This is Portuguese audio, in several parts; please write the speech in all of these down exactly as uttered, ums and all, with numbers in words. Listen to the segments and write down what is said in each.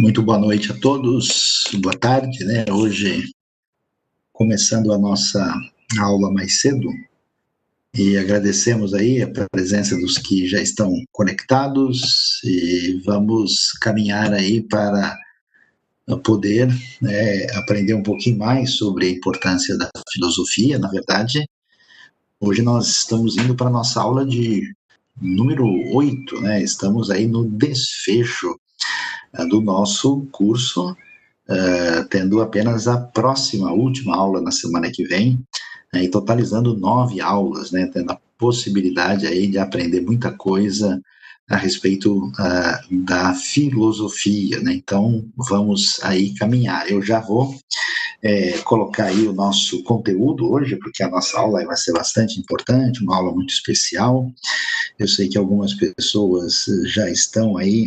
Muito boa noite a todos, boa tarde, né? Hoje, começando a nossa aula mais cedo, e agradecemos aí a presença dos que já estão conectados e vamos caminhar aí para poder né, aprender um pouquinho mais sobre a importância da filosofia. Na verdade, hoje nós estamos indo para a nossa aula de número oito, né? Estamos aí no desfecho do nosso curso, Uh, tendo apenas a próxima, a última aula na semana que vem, né, e totalizando nove aulas, né, tendo a possibilidade aí de aprender muita coisa a respeito uh, da filosofia, né, então vamos aí caminhar. Eu já vou é, colocar aí o nosso conteúdo hoje, porque a nossa aula vai ser bastante importante, uma aula muito especial. Eu sei que algumas pessoas já estão aí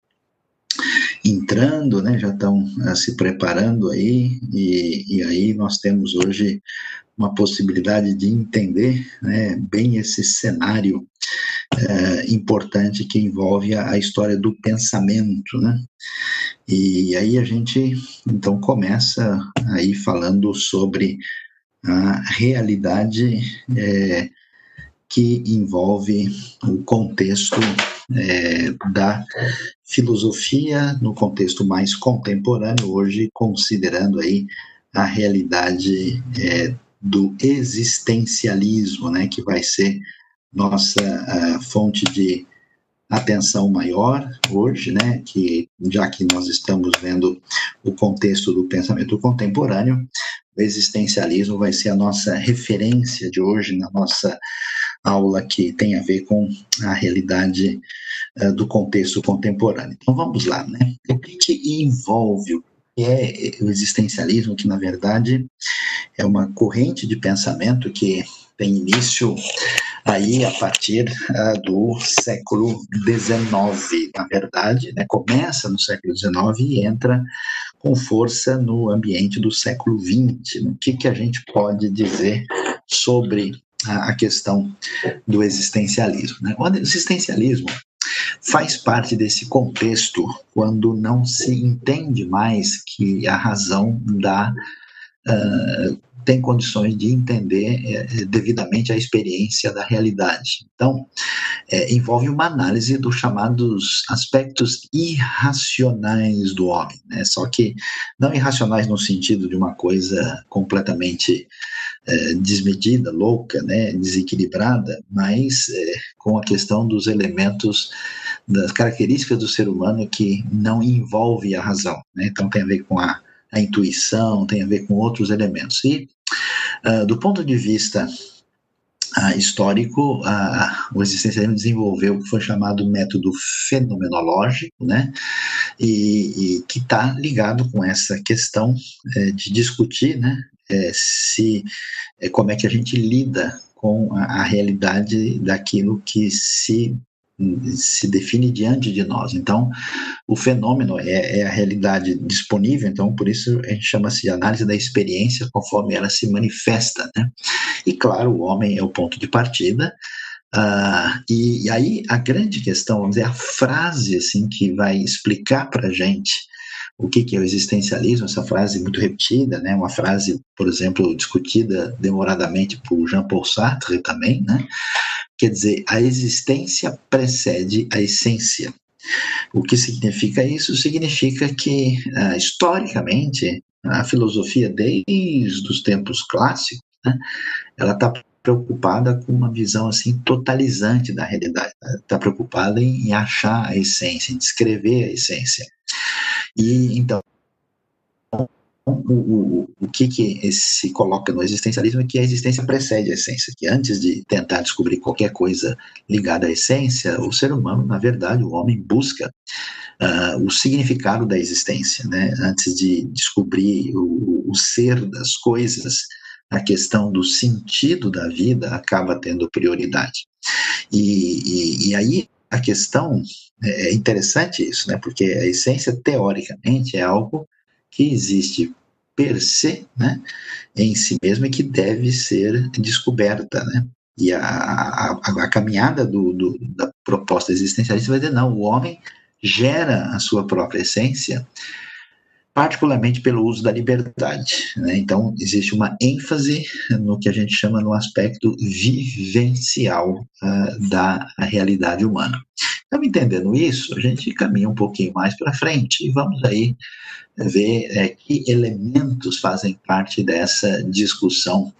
entrando, né, já estão uh, se preparando aí, e, e aí nós temos hoje uma possibilidade de entender né, bem esse cenário uh, importante que envolve a, a história do pensamento, né, e aí a gente então começa aí falando sobre a realidade é, que envolve o contexto é, da filosofia no contexto mais contemporâneo hoje, considerando aí a realidade é, do existencialismo, né, que vai ser nossa fonte de atenção maior hoje, né, que já que nós estamos vendo o contexto do pensamento contemporâneo, o existencialismo vai ser a nossa referência de hoje na nossa aula que tem a ver com a realidade uh, do contexto contemporâneo. Então vamos lá, né? O que, que envolve o que é o existencialismo, que na verdade é uma corrente de pensamento que tem início aí a partir uh, do século dezenove, na verdade, né? Começa no século dezenove e entra com força no ambiente do século vinte. O que, que a gente pode dizer sobre a questão do existencialismo, né? O existencialismo faz parte desse contexto quando não se entende mais que a razão dá, uh, tem condições de entender uh, devidamente a experiência da realidade. Então, uh, envolve uma análise dos chamados aspectos irracionais do homem, né? Só que não irracionais no sentido de uma coisa completamente É, desmedida, louca, né, desequilibrada, mas é, com a questão dos elementos, das características do ser humano que não envolve a razão, né? Então tem a ver com a, a intuição, tem a ver com outros elementos. E uh, do ponto de vista uh, histórico, uh, o existencialismo desenvolveu o que foi chamado método fenomenológico, né? E, e que está ligado com essa questão é, de discutir, né? É, se, é, como é que a gente lida com a, a realidade daquilo que se, se define diante de nós. Então, o fenômeno é, é a realidade disponível, então, por isso a gente chama-se de análise da experiência conforme ela se manifesta, né? E, claro, o homem é o ponto de partida. Uh, e, e aí a grande questão, vamos dizer, a frase assim, que vai explicar para a gente o que, que é o existencialismo, essa frase muito repetida, né, uma frase, por exemplo, discutida demoradamente por Jean-Paul Sartre também, né, quer dizer, a existência precede a essência. O que significa isso? Significa que, uh, historicamente, a filosofia, desde os tempos clássicos, né, ela está preocupada com uma visão assim totalizante da realidade, está preocupada em, em achar a essência, em descrever a essência. E então o, o, o que, que se coloca no existencialismo é que a existência precede a essência, que antes de tentar descobrir qualquer coisa ligada à essência, o ser humano, na verdade, o homem busca uh, o significado da existência, né? Antes de descobrir o, o ser das coisas, a questão do sentido da vida acaba tendo prioridade. E, e, e aí a questão, é interessante isso, né? Porque a essência, teoricamente, é algo que existe per se, né, em si mesma e que deve ser descoberta, né? E a, a, a caminhada do, do, da proposta existencialista vai dizer, não, o homem gera a sua própria essência, particularmente pelo uso da liberdade, né? Então, existe uma ênfase no que a gente chama no aspecto vivencial uh, da realidade humana. Então, entendendo isso, a gente caminha um pouquinho mais para frente e vamos aí ver é, que elementos fazem parte dessa discussão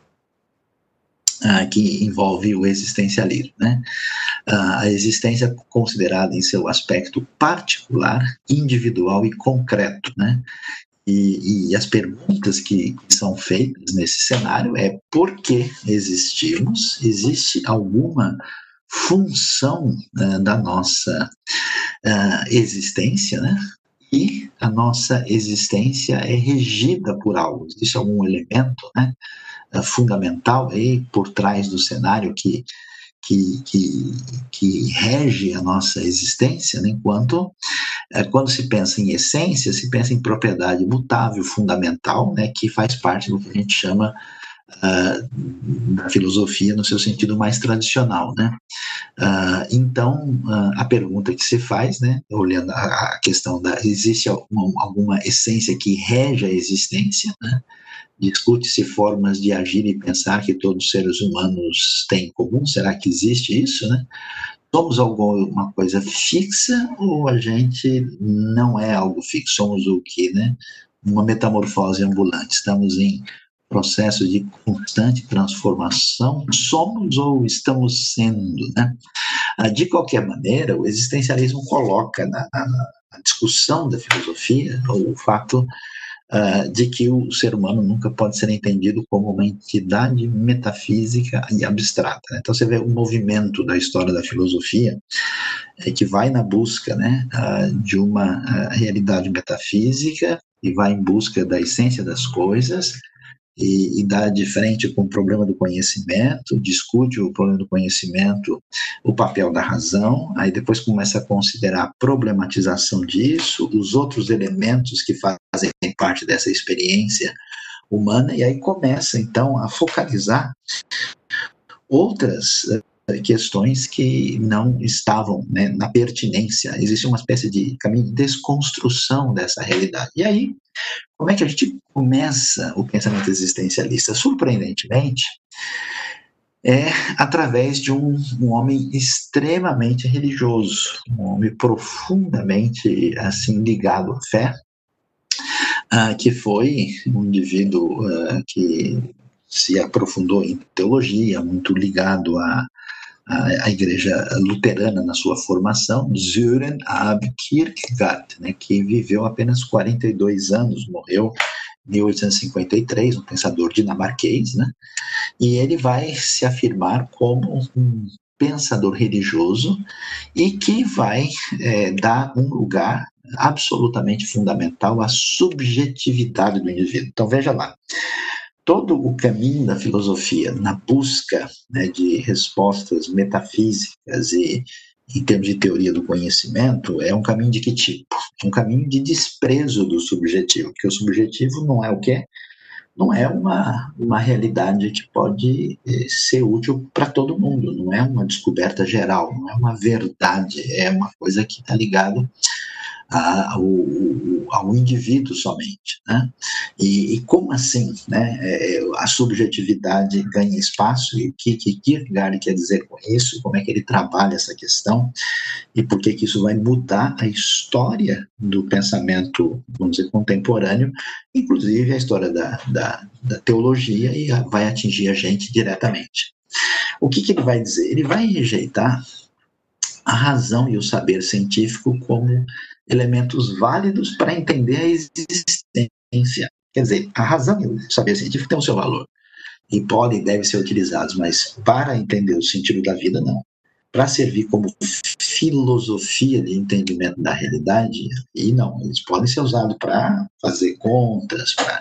uh, que envolve o existencialismo, né? Uh, a existência considerada em seu aspecto particular, individual e concreto, né? E, e as perguntas que, que são feitas nesse cenário é: por que existimos? Existe alguma função uh, da nossa uh, existência, né? E a nossa existência é regida por algo. Existe algum elemento, né, uh, fundamental aí por trás do cenário que Que, que, que rege a nossa existência, né? Enquanto, é, quando se pensa em essência, se pensa em propriedade mutável, fundamental, né? Que faz parte do que a gente chama uh, da filosofia no seu sentido mais tradicional, né? Uh, então, uh, a pergunta que se faz, né? Olhando a, a questão da, existe alguma, alguma essência que rege a existência, né? Discute-se formas de agir e pensar que todos os seres humanos têm em comum. Será que existe isso, né? Somos alguma coisa fixa ou a gente não é algo fixo? Somos o quê, né? Uma metamorfose ambulante. Estamos em processo de constante transformação. Somos ou estamos sendo, né? De qualquer maneira, o existencialismo coloca na, na, na discussão da filosofia o fato Uh, de que o ser humano nunca pode ser entendido como uma entidade metafísica e abstrata, né? Então você vê o movimento da história da filosofia é que vai na busca, né, uh, de uma uh, realidade metafísica e vai em busca da essência das coisas e, e dá de frente com o problema do conhecimento, discute o problema do conhecimento, o papel da razão, aí depois começa a considerar a problematização disso, os outros elementos que fazem parte dessa experiência humana, e aí começa então a focalizar outras questões que não estavam, né, na pertinência. Existe uma espécie de caminho de desconstrução dessa realidade. E aí, como é que a gente começa o pensamento existencialista? Surpreendentemente, é através de um, um homem extremamente religioso, um homem profundamente assim ligado à fé, uh, que foi um indivíduo uh, que se aprofundou em teologia, muito ligado a a igreja luterana na sua formação, Søren Ab Kierkegaard, né, que viveu apenas quarenta e dois anos, morreu em mil oitocentos e cinquenta e três, um pensador dinamarquês, né, e ele vai se afirmar como um pensador religioso e que vai é, dar um lugar absolutamente fundamental à subjetividade do indivíduo. Então, veja lá, todo o caminho da filosofia na busca, né, de respostas metafísicas e em termos de teoria do conhecimento é um caminho de que tipo? Um caminho de desprezo do subjetivo, porque o subjetivo não é o quê? Não é uma, uma realidade que pode eh, ser útil para todo mundo, não é uma descoberta geral, não é uma verdade, é uma coisa que está ligada ao, ao indivíduo somente, né? E, e como assim, né? É, a subjetividade ganha espaço e o que, que Kierkegaard quer dizer com isso? Como é que ele trabalha essa questão e por que que isso vai mudar a história do pensamento, vamos dizer, contemporâneo, inclusive a história da, da, da teologia, e a, vai atingir a gente diretamente. O que que ele vai dizer? Ele vai rejeitar a razão e o saber científico como elementos válidos para entender a existência. Quer dizer, a razão e o saber científico têm o seu valor e podem e devem ser utilizados, mas para entender o sentido da vida, não. Para servir como filosofia de entendimento da realidade, e não, eles podem ser usados para fazer contas, para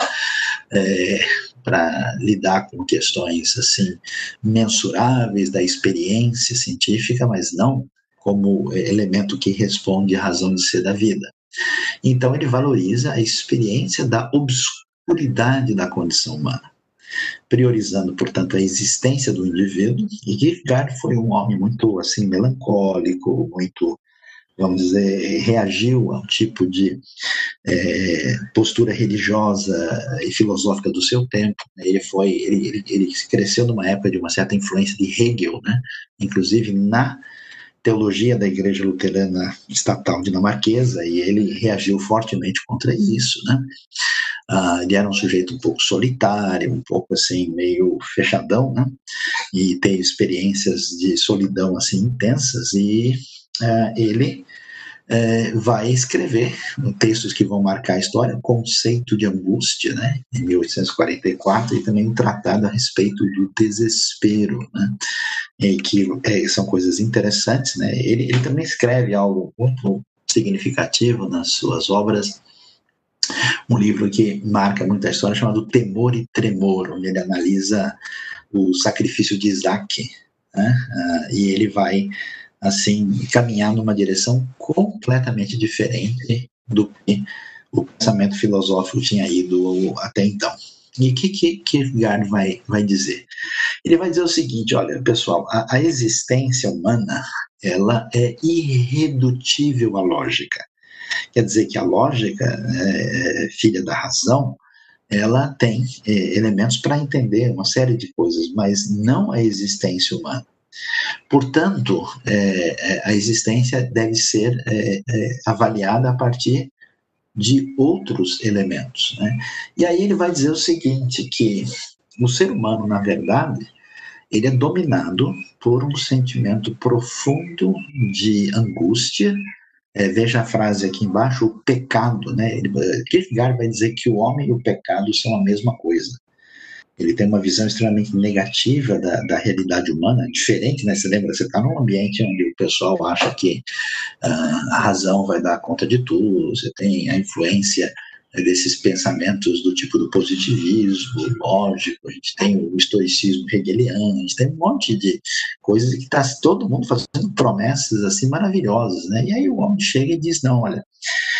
é, para lidar com questões assim mensuráveis da experiência científica, mas não como elemento que responde à razão de ser da vida. Então ele valoriza a experiência da obscuridade da condição humana, priorizando, portanto, a existência do indivíduo. E Kierkegaard foi um homem muito assim melancólico, muito vamos dizer, reagiu a um tipo de é, postura religiosa e filosófica do seu tempo. Ele foi, ele, ele, ele cresceu numa época de uma certa influência de Hegel, né? Inclusive na teologia da Igreja Luterana Estatal dinamarquesa, e ele reagiu fortemente contra isso, né? Ah, ele era um sujeito um pouco solitário, um pouco assim, meio fechadão, né? E teve experiências de solidão assim intensas, e ah, ele é, vai escrever textos que vão marcar a história, o conceito de angústia, né, em mil oitocentos e quarenta e quatro, e também um tratado a respeito do desespero, né, e que é, são coisas interessantes, né. Ele, ele também escreve algo muito significativo nas suas obras, um livro que marca muito a história, chamado Temor e Tremor, onde ele analisa o sacrifício de Isaac, né, uh, e ele vai assim, caminhar numa direção completamente diferente do que o pensamento filosófico tinha ido até então. E o que, que Kierkegaard vai, vai dizer? Ele vai dizer o seguinte, olha, pessoal, a, a existência humana, ela é irredutível à lógica. Quer dizer que a lógica, é, filha da razão, ela tem é, elementos para entender uma série de coisas, mas não a existência humana. Portanto, é, a existência deve ser é, é, avaliada a partir de outros elementos, né? E aí ele vai dizer o seguinte, que o ser humano, na verdade, ele é dominado por um sentimento profundo de angústia. É, veja a frase aqui embaixo, o pecado, né? Ele, Kierkegaard vai dizer que o homem e o pecado são a mesma coisa. Ele tem uma visão extremamente negativa da, da realidade humana, diferente, né? Você lembra, você está num ambiente onde o pessoal acha que uh, a razão vai dar conta de tudo, você tem a influência desses pensamentos do tipo do positivismo lógico, a gente tem o estoicismo hegeliano, a gente tem um monte de coisas que está todo mundo fazendo promessas assim maravilhosas, né? E aí o homem chega e diz, não, olha,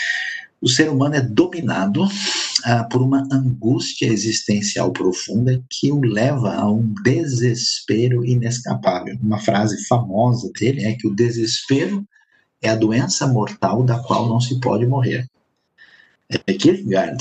o ser humano é dominado ah, por uma angústia existencial profunda que o leva a um desespero inescapável. Uma frase famosa dele é que o desespero é a doença mortal da qual não se pode morrer. É, Kierkegaard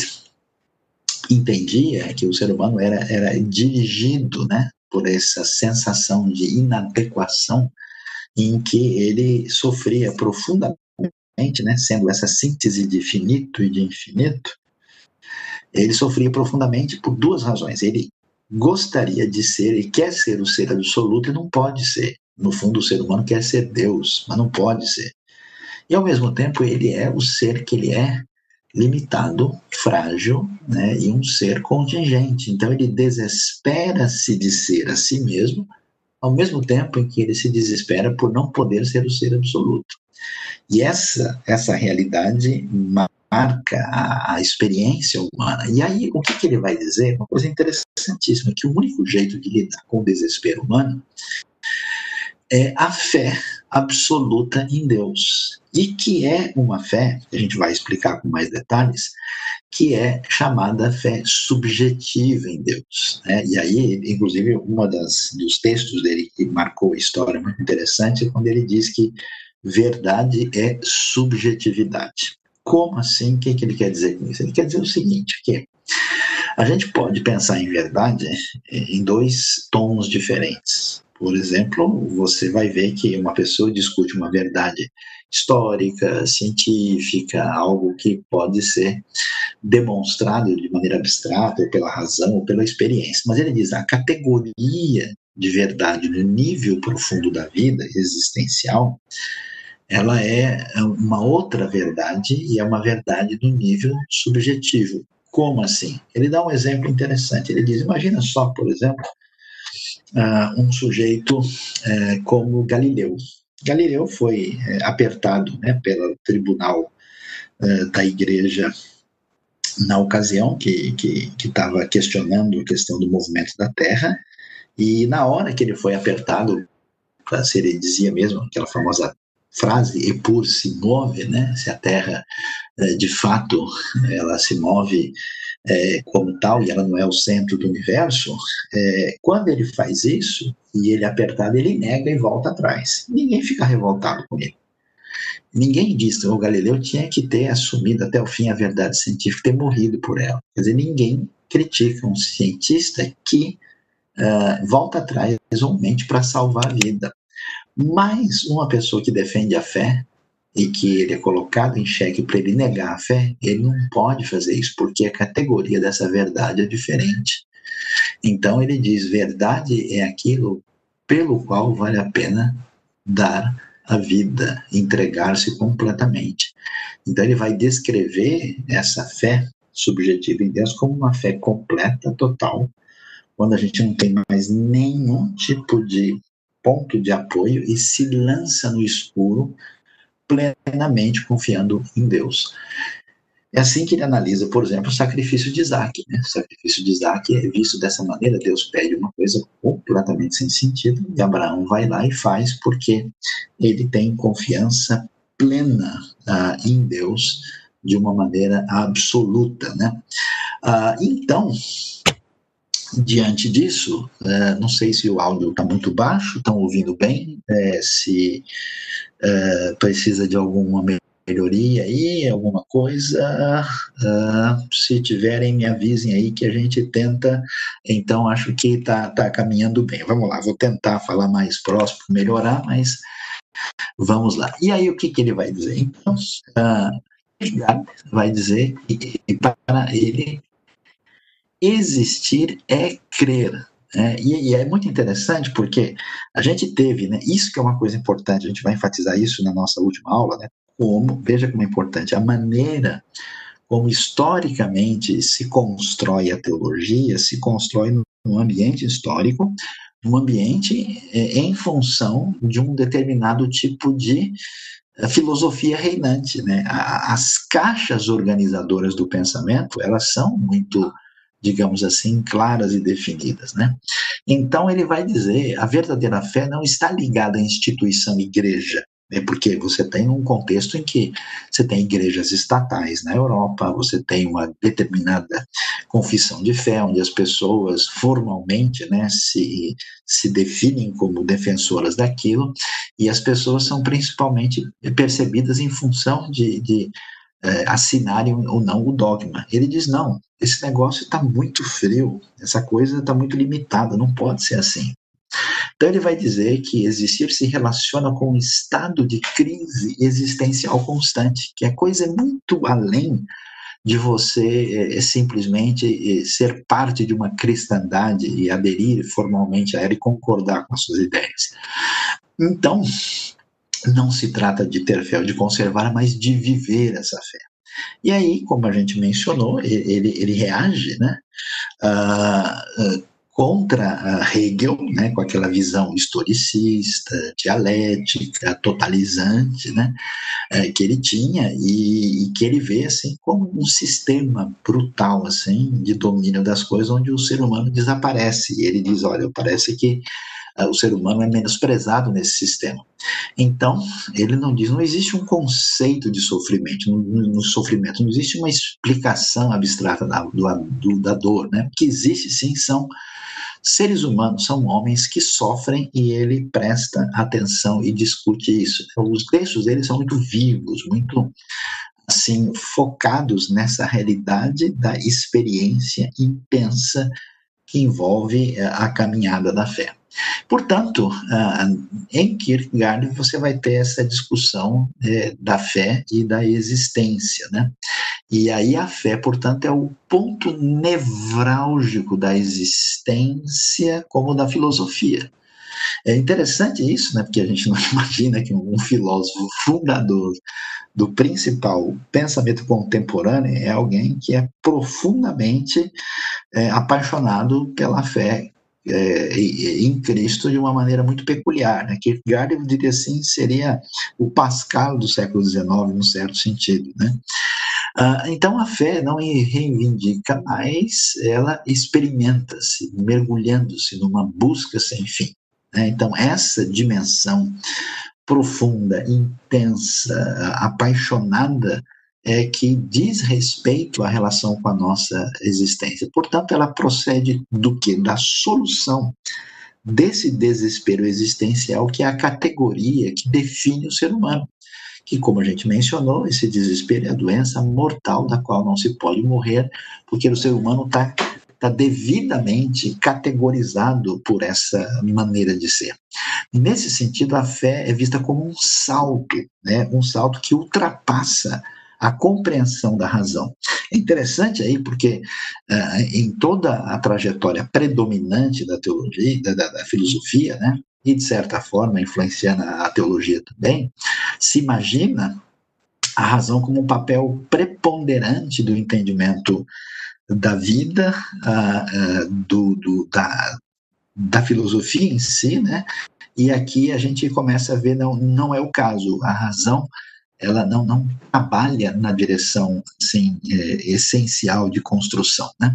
entendia que o ser humano era, era dirigido, né, por essa sensação de inadequação em que ele sofria profundamente, né, sendo essa síntese de finito e de infinito, ele sofria profundamente por duas razões. Ele gostaria de ser e quer ser o ser absoluto e não pode ser. No fundo, o ser humano quer ser Deus, mas não pode ser. E, ao mesmo tempo, ele é o ser que ele é, limitado, frágil, né, e um ser contingente. Então, ele desespera-se de ser a si mesmo, ao mesmo tempo em que ele se desespera por não poder ser o ser absoluto. E essa, essa realidade marca a, a experiência humana. E aí, o que, que ele vai dizer? Uma coisa interessantíssima, que o único jeito de lidar com o desespero humano é a fé absoluta em Deus. E que é uma fé, que a gente vai explicar com mais detalhes, que é chamada fé subjetiva em Deus, né? E aí, inclusive, um dos textos dele que marcou a história muito interessante é quando ele diz que verdade é subjetividade. Como assim? O que, que ele quer dizer com isso? Ele quer dizer o seguinte, que a gente pode pensar em verdade em dois tons diferentes. Por exemplo, você vai ver que uma pessoa discute uma verdade histórica, científica, algo que pode ser demonstrado de maneira abstrata, ou pela razão, ou pela experiência. Mas ele diz, a categoria de verdade no nível profundo da vida existencial, ela é uma outra verdade e é uma verdade do nível subjetivo. Como assim? Ele dá um exemplo interessante. Ele diz, imagina só, por exemplo, uh, um sujeito uh, como Galileu. Galileu foi uh, apertado, né, pelo tribunal uh, da igreja na ocasião que que estava questionando a questão do movimento da Terra, e na hora que ele foi apertado, se ele dizia mesmo aquela famosa frase, Epur se move, né? Se a Terra, de fato, ela se move é, como tal, e ela não é o centro do universo, é, quando ele faz isso, e ele é apertado, ele nega e volta atrás. Ninguém fica revoltado com ele. Ninguém disse, o Galileu tinha que ter assumido até o fim a verdade científica, ter morrido por ela. Quer dizer, ninguém critica um cientista que uh, volta atrás ou mente para salvar a vida. Mas uma pessoa que defende a fé e que ele é colocado em xeque para ele negar a fé, ele não pode fazer isso, porque a categoria dessa verdade é diferente. Então ele diz, verdade é aquilo pelo qual vale a pena dar a vida, entregar-se completamente. Então ele vai descrever essa fé subjetiva em Deus como uma fé completa, total, quando a gente não tem mais nenhum tipo de ponto de apoio e se lança no escuro plenamente confiando em Deus. É assim que ele analisa, por exemplo, o sacrifício de Isaac. Né? O sacrifício de Isaac é visto dessa maneira, Deus pede uma coisa completamente sem sentido, e Abraão vai lá e faz, porque ele tem confiança plena uh, em Deus, de uma maneira absoluta. Né? Uh, então, diante disso, uh, não sei se o áudio está muito baixo, estão ouvindo bem, uh, se uh, precisa de alguma melhoria aí, alguma coisa, uh, se tiverem me avisem aí que a gente tenta, então acho que está tá caminhando bem. Vamos lá, vou tentar falar mais próximo, melhorar, mas vamos lá. E aí o que, que ele vai dizer? Então, uh, ele vai dizer que para ele existir é crer. É, e, e é muito interessante porque a gente teve, né, isso que é uma coisa importante, a gente vai enfatizar isso na nossa última aula, né, como, veja como é importante, a maneira como historicamente se constrói a teologia, se constrói num ambiente histórico, num ambiente é, em função de um determinado tipo de filosofia reinante. Né? As caixas organizadoras do pensamento, elas são muito, digamos assim, claras e definidas, né? Então ele vai dizer, a verdadeira fé não está ligada à instituição igreja, né? Porque você tem um contexto em que você tem igrejas estatais na Europa, você tem uma determinada confissão de fé, onde as pessoas formalmente, né, se, se definem como defensoras daquilo, e as pessoas são principalmente percebidas em função de, de É, assinarem ou não o dogma. Ele diz, não, esse negócio está muito frio, essa coisa está muito limitada, não pode ser assim. Então ele vai dizer que existir se relaciona com um estado de crise existencial constante, que a coisa é muito além de você é, simplesmente é, ser parte de uma cristandade e aderir formalmente a ela e concordar com as suas ideias. Então, não se trata de ter fé ou de conservar, mas de viver essa fé. E aí, como a gente mencionou, ele, ele reage, né, uh, uh, contra uh, Hegel, né, com aquela visão historicista, dialética, totalizante, né, uh, que ele tinha e, e que ele vê assim, como um sistema brutal assim, de domínio das coisas, onde o ser humano desaparece. E ele diz, olha, parece que o ser humano é menosprezado nesse sistema. Então, ele não diz, não existe um conceito de sofrimento, no, no sofrimento, não existe uma explicação abstrata da, do, da dor, né? O que existe, sim, são seres humanos, são homens que sofrem e ele presta atenção e discute isso. Os textos dele são muito vivos, muito, assim, focados nessa realidade da experiência intensa que envolve a caminhada da fé. Portanto, em Kierkegaard você vai ter essa discussão da fé e da existência, né? E aí a fé, portanto, é o ponto nevrálgico da existência como da filosofia. É interessante isso, né? Porque a gente não imagina que um filósofo fundador do principal pensamento contemporâneo é alguém que é profundamente é, apaixonado pela fé é, em Cristo de uma maneira muito peculiar. Né? Kierkegaard, eu diria assim, seria o Pascal do século dezenove, num certo sentido. Né? Ah, então, a fé não reivindica, mas ela experimenta-se, mergulhando-se numa busca sem fim. Né? Então, essa dimensão profunda, intensa, apaixonada, é que diz respeito à relação com a nossa existência. Portanto, ela procede do quê? Da solução desse desespero existencial, que é a categoria que define o ser humano, que, como a gente mencionou, esse desespero é a doença mortal da qual não se pode morrer, porque o ser humano está tá devidamente categorizado por essa maneira de ser. Nesse sentido, a fé é vista como um salto, né? Um salto que ultrapassa a compreensão da razão. É interessante aí porque uh, em toda a trajetória predominante da teologia, da, da, da filosofia, né, e de certa forma influenciando a teologia também, se imagina a razão como um papel preponderante do entendimento da vida, uh, uh, do, do, da, da filosofia em si, né? E aqui a gente começa a ver, não, não é o caso. A razão, ela não, não trabalha na direção assim, é, essencial de construção, né?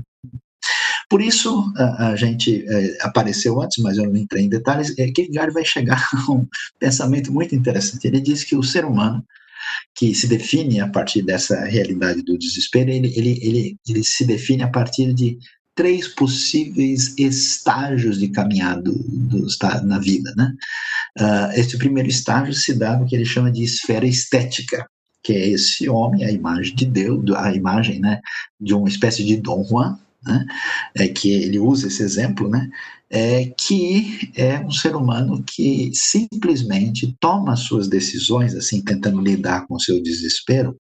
Por isso, a, a gente é, apareceu antes, mas eu não entrei em detalhes, é, Kierkegaard vai chegar a um pensamento muito interessante. Ele diz que o ser humano, que se define a partir dessa realidade do desespero, ele, ele, ele, ele se define a partir de três possíveis estágios de caminhada do, do, na vida, né? Uh, esse primeiro estágio se dá no que ele chama de esfera estética, que é esse homem, a imagem de Deus, a imagem, né, de uma espécie de Dom Juan, né, é, que ele usa esse exemplo, né, é, que é um ser humano que simplesmente toma suas decisões, assim, tentando lidar com o seu desespero,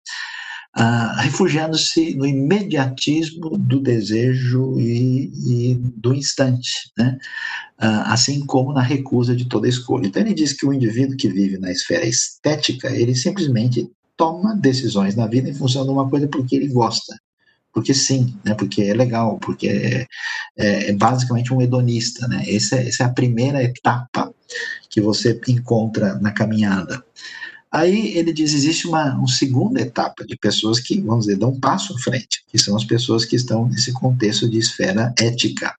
Uh, refugiando-se no imediatismo do desejo e, e do instante, né? Uh, assim como na recusa de toda escolha. Então ele diz que o indivíduo que vive na esfera estética, ele simplesmente toma decisões na vida em função de uma coisa porque ele gosta, porque sim, né? Porque é legal, porque é, é, é basicamente um hedonista, né? Essa, essa é a primeira etapa que você encontra na caminhada. Aí ele diz, existe uma, uma segunda etapa de pessoas que, vamos dizer, dão um passo à frente, que são as pessoas que estão nesse contexto de esfera ética.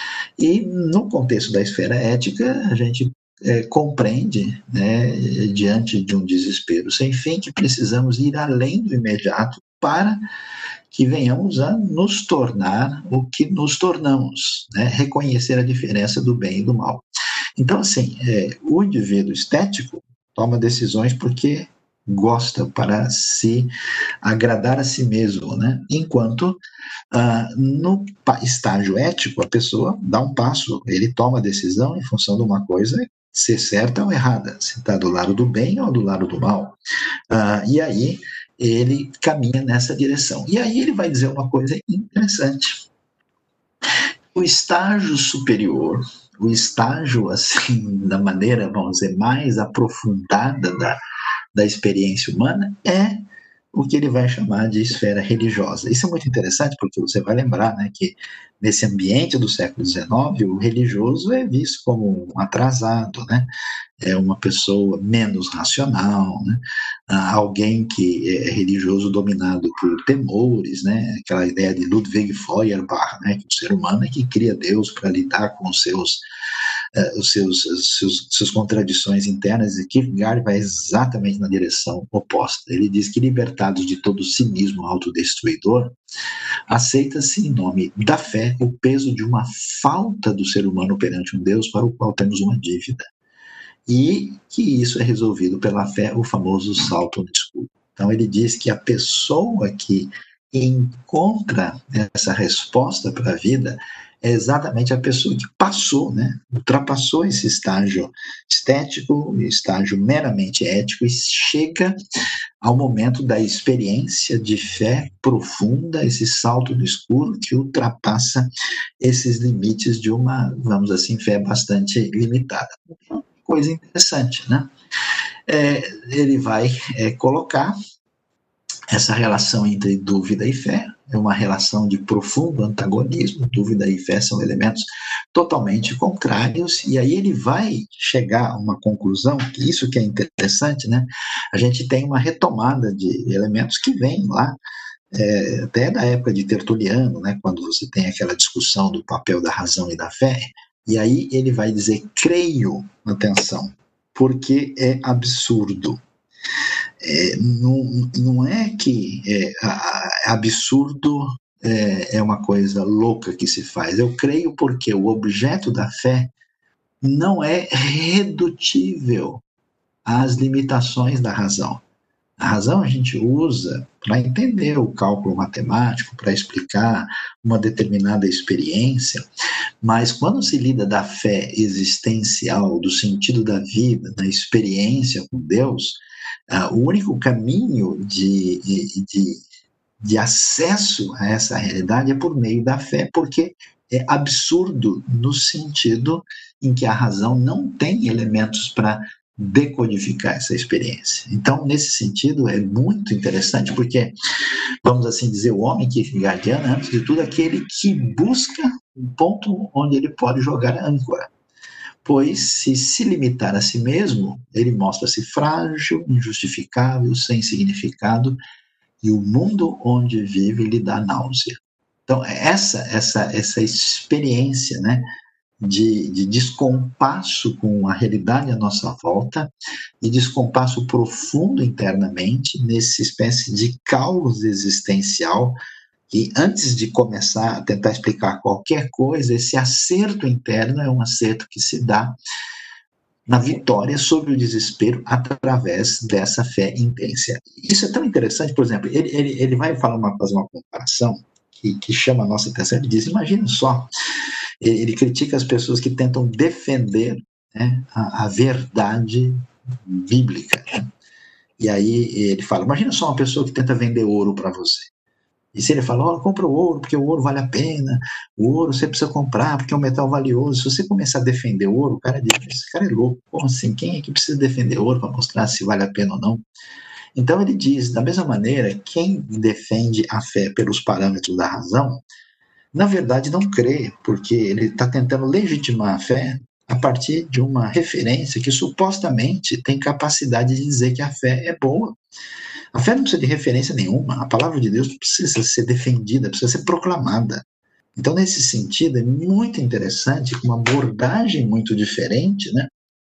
E no contexto da esfera ética, a gente é, compreende, né, diante de um desespero sem fim, que precisamos ir além do imediato para que venhamos a nos tornar o que nos tornamos, né, reconhecer a diferença do bem e do mal. Então, assim, é, o indivíduo estético toma decisões porque gosta, para se agradar a si mesmo, né? Enquanto uh, no estágio ético a pessoa dá um passo, ele toma a decisão em função de uma coisa ser certa ou errada, se está do lado do bem ou do lado do mal. Uh, e aí ele caminha nessa direção. E aí ele vai dizer uma coisa interessante. O estágio superior, o estágio, assim, da maneira, vamos dizer, mais aprofundada da, da experiência humana é o que ele vai chamar de esfera religiosa. Isso é muito interessante porque você vai lembrar, né, que nesse ambiente do século dezenove, o religioso é visto como um atrasado, né? É uma pessoa menos racional, né? Alguém que é religioso dominado por temores, né? Aquela ideia de Ludwig Feuerbach, né? Que o ser humano é que cria Deus para lidar com os seus Uh, os seus, os seus, suas contradições internas, e Kierkegaard vai exatamente na direção oposta. Ele diz que, libertados de todo o cinismo autodestruidor, aceita-se em nome da fé o peso de uma falta do ser humano perante um Deus para o qual temos uma dívida, e que isso é resolvido pela fé, o famoso salto no escuro. Então ele diz que a pessoa que encontra essa resposta para a vida é exatamente a pessoa que passou, né, ultrapassou esse estágio estético, estágio meramente ético, e chega ao momento da experiência de fé profunda, esse salto no escuro que ultrapassa esses limites de uma, vamos assim, fé bastante limitada. Coisa interessante, né? É, ele vai é, colocar essa relação entre dúvida e fé, é uma relação de profundo antagonismo. Dúvida e fé são elementos totalmente contrários, e aí ele vai chegar a uma conclusão, que isso que é interessante, né? A gente tem uma retomada de elementos que vêm lá, é, até da época de Tertuliano, né? Quando você tem aquela discussão do papel da razão e da fé, e aí ele vai dizer, creio, atenção, porque é absurdo. É, não, não é que é, absurdo é, é uma coisa louca que se faz. Eu creio porque o objeto da fé não é redutível às limitações da razão. A razão a gente usa para entender o cálculo matemático, para explicar uma determinada experiência, mas quando se lida da fé existencial, do sentido da vida, da experiência com Deus, uh, o único caminho de, de, de acesso a essa realidade é por meio da fé, porque é absurdo no sentido em que a razão não tem elementos para decodificar essa experiência. Então, nesse sentido, é muito interessante, porque, vamos assim dizer, o homem kierkegaardiano é, antes de tudo, aquele que busca um ponto onde ele pode jogar a âncora. Pois, se se limitar a si mesmo, ele mostra-se frágil, injustificável, sem significado, e o mundo onde vive lhe dá náusea. Então, essa, essa, essa experiência, né, de, de descompasso com a realidade à nossa volta, e descompasso profundo internamente, nessa espécie de caos existencial, e antes de começar a tentar explicar qualquer coisa, esse acerto interno é um acerto que se dá na vitória sobre o desespero através dessa fé intensa. Isso é tão interessante, por exemplo, ele, ele, ele vai falar uma, fazer uma comparação que, que chama a nossa atenção. Ele diz, imagina só, ele, ele critica as pessoas que tentam defender, né, a, a verdade bíblica. Né? E aí ele fala, imagina só uma pessoa que tenta vender ouro para você. E se ele fala, oh, compra o ouro, porque o ouro vale a pena, o ouro você precisa comprar, porque é um metal valioso. Se você começar a defender o ouro, o cara diz, esse cara é louco, como assim? Quem é que precisa defender ouro para mostrar se vale a pena ou não? Então ele diz, da mesma maneira, quem defende a fé pelos parâmetros da razão, na verdade não crê, porque ele está tentando legitimar a fé a partir de uma referência que supostamente tem capacidade de dizer que a fé é boa. A fé não precisa de referência nenhuma, a palavra de Deus precisa ser defendida, precisa ser proclamada. Então, nesse sentido, é muito interessante, com uma abordagem muito diferente, né,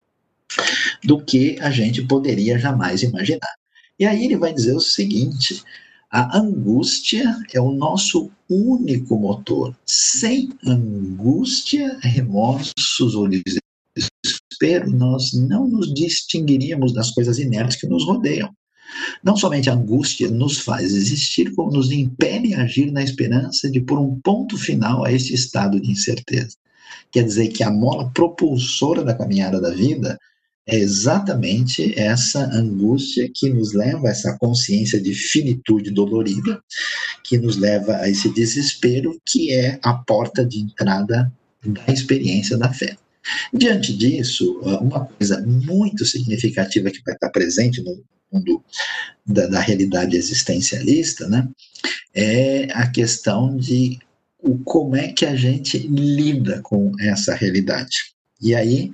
do que a gente poderia jamais imaginar. E aí ele vai dizer o seguinte, a angústia é o nosso único motor. Sem angústia, remorsos ou desespero, nós não nos distinguiríamos das coisas inertes que nos rodeiam. Não somente a angústia nos faz existir, como nos impele a agir na esperança de pôr um ponto final a este estado de incerteza. Quer dizer que a mola propulsora da caminhada da vida é exatamente essa angústia que nos leva a essa consciência de finitude dolorida, que nos leva a esse desespero, que é a porta de entrada da experiência da fé. Diante disso, uma coisa muito significativa que vai estar presente no mundo da, da realidade existencialista, né, é a questão de o, como é que a gente lida com essa realidade. E aí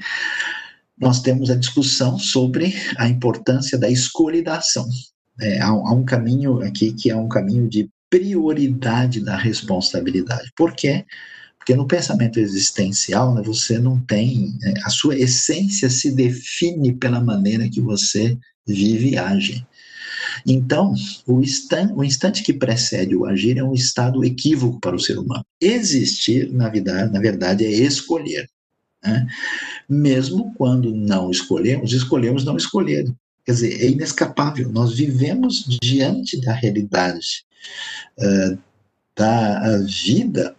nós temos a discussão sobre a importância da escolha e da ação. É, há, há um caminho aqui que é um caminho de prioridade da responsabilidade. Por quê? Porque no pensamento existencial, né, você não tem, né, a sua essência se define pela maneira que você vive e age. Então, o instante, o instante que precede o agir é um estado equívoco para o ser humano. Existir, na verdade, na verdade é escolher. Né? Mesmo quando não escolhemos, escolhemos não escolher. Quer dizer, é inescapável. Nós vivemos diante da realidade uh, da vida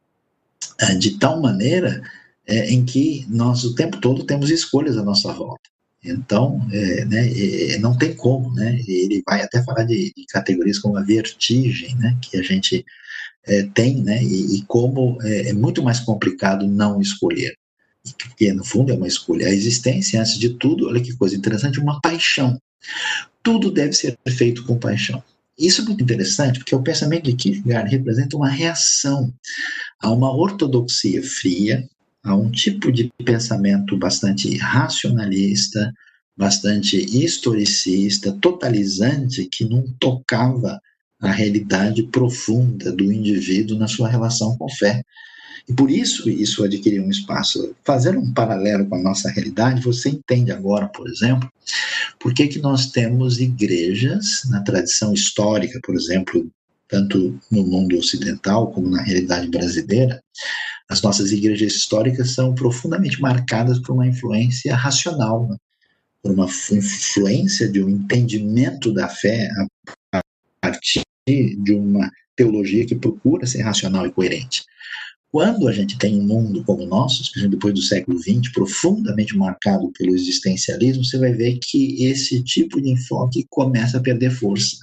uh, de tal maneira uh, em que nós o tempo todo temos escolhas à nossa volta. Então, é, né, é, não tem como, né? Ele vai até falar de, de categorias como a vertigem, né, que a gente é, tem, né, e, e como é, é muito mais complicado não escolher. Porque, no fundo, é uma escolha. A existência, antes de tudo, olha que coisa interessante, uma paixão. Tudo deve ser feito com paixão. Isso é muito interessante, porque o pensamento de Kierkegaard representa uma reação a uma ortodoxia fria, a um tipo de pensamento bastante racionalista, bastante historicista, totalizante, que não tocava a realidade profunda do indivíduo na sua relação com fé. E por isso isso adquiriu um espaço. Fazendo um paralelo com a nossa realidade, você entende agora, por exemplo, por que que nós temos igrejas na tradição histórica, por exemplo, tanto no mundo ocidental como na realidade brasileira. As nossas igrejas históricas são profundamente marcadas por uma influência racional, né? por uma influência de um entendimento da fé a partir de uma teologia que procura ser racional e coerente. Quando a gente tem um mundo como o nosso, especialmente depois do século vinte, profundamente marcado pelo existencialismo, você vai ver que esse tipo de enfoque começa a perder força.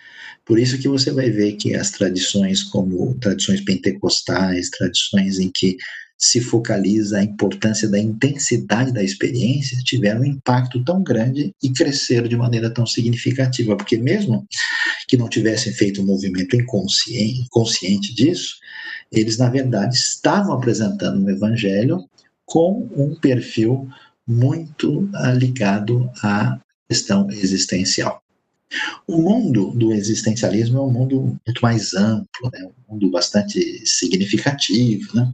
Por isso que você vai ver que as tradições como tradições pentecostais, tradições em que se focaliza a importância da intensidade da experiência, tiveram um impacto tão grande e cresceram de maneira tão significativa, porque mesmo que não tivessem feito um movimento inconsciente, consciente disso, eles, na verdade, estavam apresentando um evangelho com um perfil muito uh, ligado à questão existencial. O mundo do existencialismo é um mundo muito mais amplo, né? Um mundo bastante significativo, né?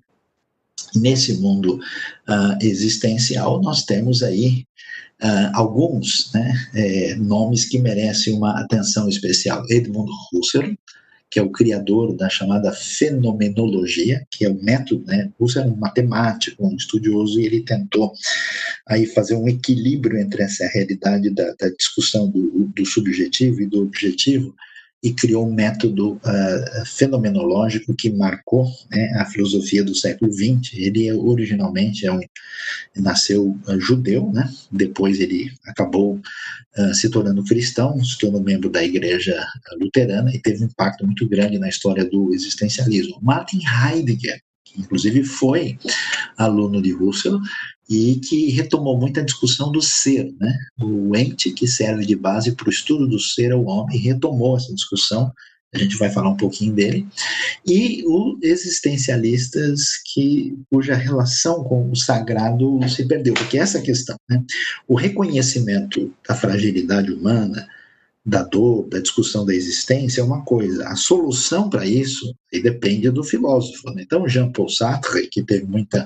Nesse mundo uh, existencial, nós temos aí uh, alguns né, é, nomes que merecem uma atenção especial. Edmund Husserl, que é o criador da chamada fenomenologia, que é o método, né? Husserl é um matemático, um estudioso, e ele tentou aí fazer um equilíbrio entre essa realidade da, da discussão do, do subjetivo e do objetivo, e criou um método uh, fenomenológico que marcou né, a filosofia do século vinte. Ele originalmente é um, nasceu uh, judeu, né? Depois ele acabou uh, se tornando cristão, se tornou membro da igreja luterana e teve um impacto muito grande na história do existencialismo. Martin Heidegger, que inclusive foi aluno de Husserl, e que retomou muito a discussão do ser, né? O ente que serve de base para o estudo do ser é o homem, retomou essa discussão, a gente vai falar um pouquinho dele, e os existencialistas que, cuja relação com o sagrado se perdeu, porque essa questão, né? O reconhecimento da fragilidade humana, da dor, da discussão da existência é uma coisa, a solução para isso depende do filósofo, né? Então Jean-Paul Sartre, que teve muita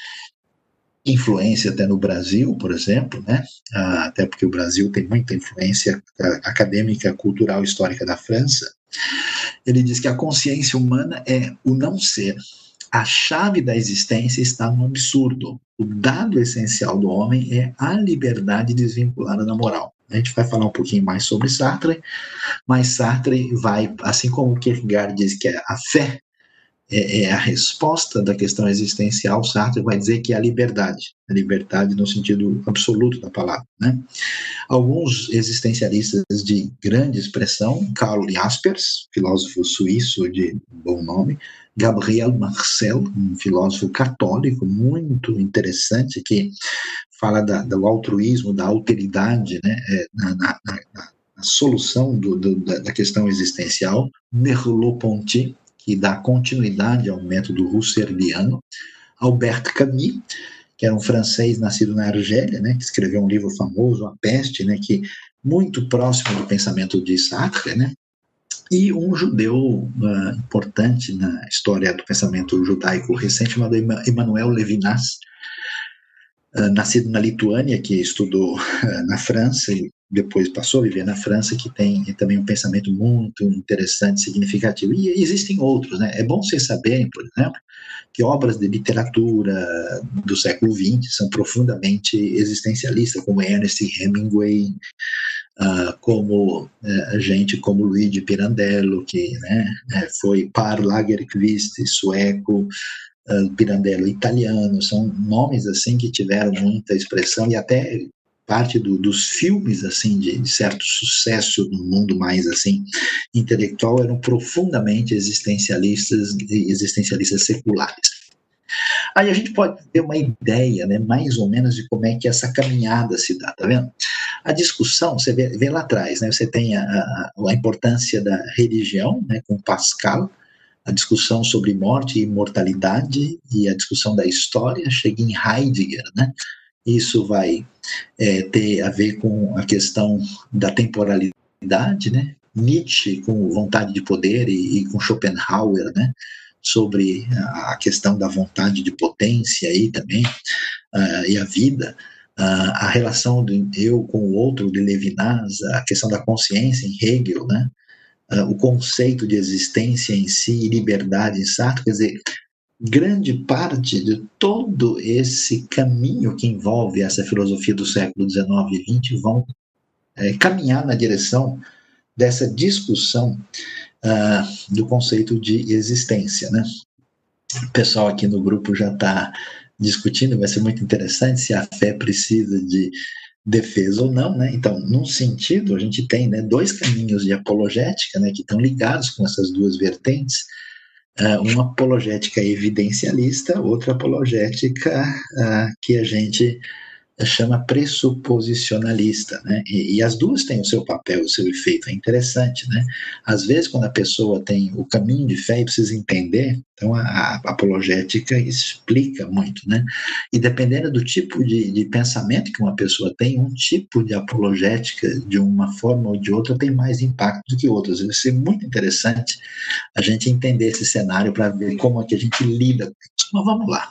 influência até no Brasil, por exemplo, né? Até porque o Brasil tem muita influência acadêmica, cultural, histórica da França. Ele diz que a consciência humana é o não ser. A chave da existência está no absurdo. O dado essencial do homem é a liberdade desvinculada da moral. A gente vai falar um pouquinho mais sobre Sartre, mas Sartre vai, assim como Kierkegaard diz que a fé É, é a resposta da questão existencial, Sartre vai dizer que é a liberdade, a liberdade no sentido absoluto da palavra, né? Alguns existencialistas de grande expressão, Karl Jaspers, filósofo suíço de bom nome, Gabriel Marcel, um filósofo católico muito interessante, que fala da, do altruísmo, da alteridade, né, na, na, na, na solução do, do, da questão existencial, Merleau-Ponty, que dá continuidade ao método husserliano, Albert Camus, que era um francês nascido na Argélia, né, que escreveu um livro famoso, A Peste, né, que muito próximo do pensamento de Sartre, né, e um judeu uh, importante na história do pensamento judaico recente, chamado Emmanuel Levinas, uh, nascido na Lituânia, que estudou uh, na França e depois passou a viver na França, que tem também um pensamento muito interessante, significativo. E existem outros, né? É bom vocês saberem, por exemplo, que obras de literatura do século vinte são profundamente existencialistas, como Ernest Hemingway, uh, como uh, gente como Luigi Pirandello, que né, foi Par Lagerkvist, sueco, uh, Pirandello italiano, são nomes assim que tiveram muita expressão e até parte do, dos filmes assim de, de certo sucesso no mundo mais assim intelectual eram profundamente existencialistas e existencialistas seculares. Aí a gente pode ter uma ideia, né, mais ou menos de como é que essa caminhada se dá, tá vendo? A discussão, você vê, vê lá atrás, né, você tem a, a, a importância da religião, né, com Pascal, a discussão sobre morte e imortalidade e a discussão da história chega em Heidegger, né? Isso vai é, ter a ver com a questão da temporalidade, né? Nietzsche com vontade de poder e, e com Schopenhauer, né? Sobre a questão da vontade de potência aí também, uh, e a vida, uh, a relação do eu com o outro de Levinas, a questão da consciência em Hegel, né? Uh, o conceito de existência em si e liberdade em Sartre, quer dizer, grande parte de todo esse caminho que envolve essa filosofia do século dezenove e vinte vão é, caminhar na direção dessa discussão uh, do conceito de existência, né? O pessoal aqui no grupo já está discutindo, vai ser muito interessante se a fé precisa de defesa ou não, né? Então, num sentido, a gente tem, né, dois caminhos de apologética, né, que estão ligados com essas duas vertentes, uh, uma apologética evidencialista, outra apologética uh, que a gente chama pressuposicionalista, né? E, e as duas têm o seu papel, o seu efeito, é interessante, né? Às vezes, quando a pessoa tem o caminho de fé e precisa entender, então a, a apologética explica muito, né? E dependendo do tipo de, de pensamento que uma pessoa tem, um tipo de apologética, de uma forma ou de outra, tem mais impacto do que outras. Vai ser muito interessante a gente entender esse cenário para ver como é que a gente lida com isso. Mas vamos lá.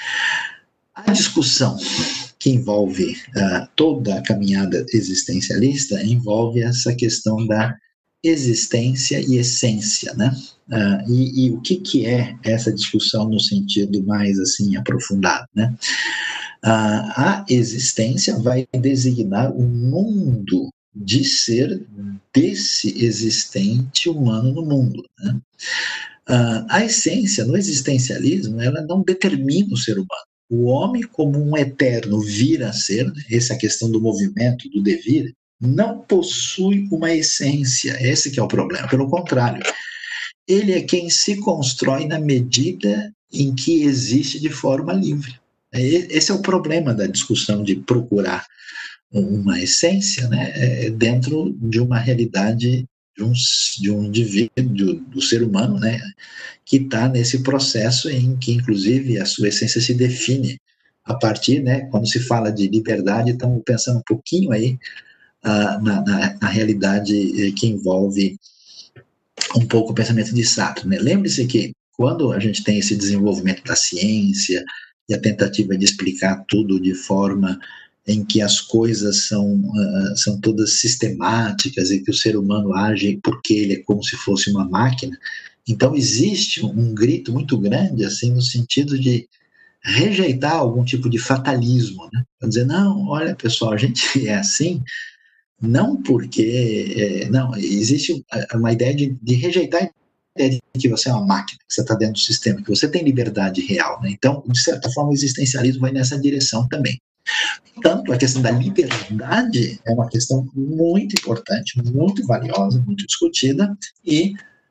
A discussão que envolve uh, toda a caminhada existencialista envolve essa questão da existência e essência, né? Uh, e, e o que, que é essa discussão no sentido mais assim aprofundado, né? Uh, a existência vai designar o mundo de ser desse existente humano no mundo, né? Uh, a essência no existencialismo ela não determina o ser humano. O homem como um eterno vir a ser, né? Essa é a questão do movimento, do devir, não possui uma essência, esse que é o problema, pelo contrário, ele é quem se constrói na medida em que existe de forma livre. Esse é o problema da discussão de procurar uma essência, né, dentro de uma realidade de um, de um indivíduo, do ser humano, né, que está nesse processo em que, inclusive, a sua essência se define a partir, né, quando se fala de liberdade, estamos pensando um pouquinho aí uh, na, na, na realidade que envolve um pouco o pensamento de Sartre, né? Lembre-se que quando a gente tem esse desenvolvimento da ciência e a tentativa de explicar tudo de forma em que as coisas são, uh, são todas sistemáticas e que o ser humano age porque ele é como se fosse uma máquina, então existe um grito muito grande assim no sentido de rejeitar algum tipo de fatalismo, né? Para dizer, não, olha pessoal, a gente é assim, não porque, é, não, existe uma ideia de, de rejeitar a ideia de que você é uma máquina, que você está dentro do sistema, que você tem liberdade real, né? Então, de certa forma, o existencialismo vai nessa direção também. Portanto, a questão da liberdade é uma questão muito importante, muito valiosa, muito discutida, e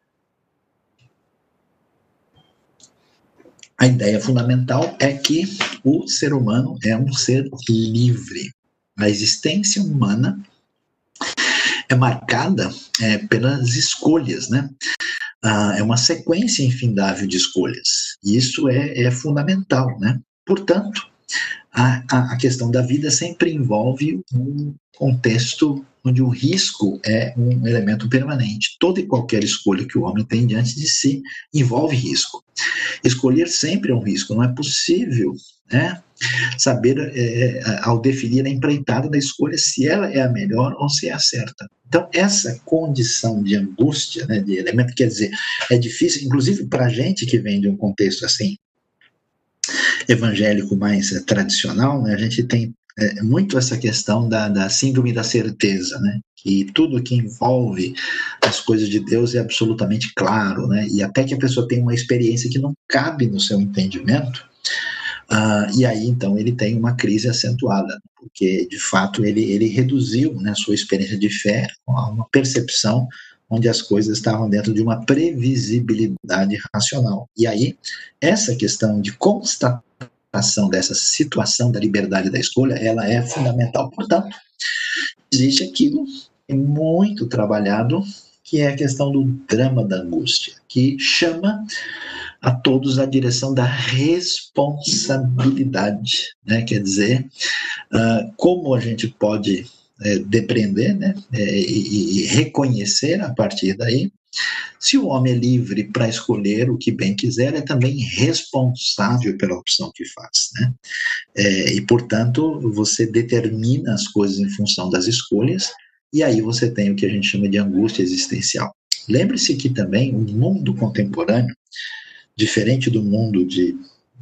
a ideia fundamental é que o ser humano é um ser livre. A existência humana é marcada é, pelas escolhas, né? Ah, é uma sequência infindável de escolhas. E isso é, é fundamental, né? Portanto, a, a questão da vida sempre envolve um contexto onde o risco é um elemento permanente. Toda e qualquer escolha que o homem tem diante de si envolve risco. Escolher sempre é um risco, não é possível, né, saber, é, ao definir a empreitada da escolha, se ela é a melhor ou se é a certa. Então, essa condição de angústia, né, de elemento, quer dizer, é difícil, inclusive para a gente que vem de um contexto assim, evangélico mais é, tradicional, né, a gente tem é, muito essa questão da, da síndrome da certeza, né, que tudo que envolve as coisas de Deus é absolutamente claro, né, e até que a pessoa tenha uma experiência que não cabe no seu entendimento, uh, e aí então ele tem uma crise acentuada, porque de fato ele, ele reduziu, né, sua experiência de fé a uma percepção onde as coisas estavam dentro de uma previsibilidade racional. E aí, essa questão de constatação dessa situação da liberdade da escolha, ela é fundamental. Portanto, existe aquilo que é muito trabalhado, que é a questão do drama da angústia, que chama a todos na direção da responsabilidade, né? Quer dizer, uh, como a gente pode É, depreender, né, é, e, e reconhecer a partir daí, se o homem é livre para escolher o que bem quiser, é também responsável pela opção que faz, né? É, e, portanto, você determina as coisas em função das escolhas, e aí você tem o que a gente chama de angústia existencial. Lembre-se que também o mundo contemporâneo diferente do mundo de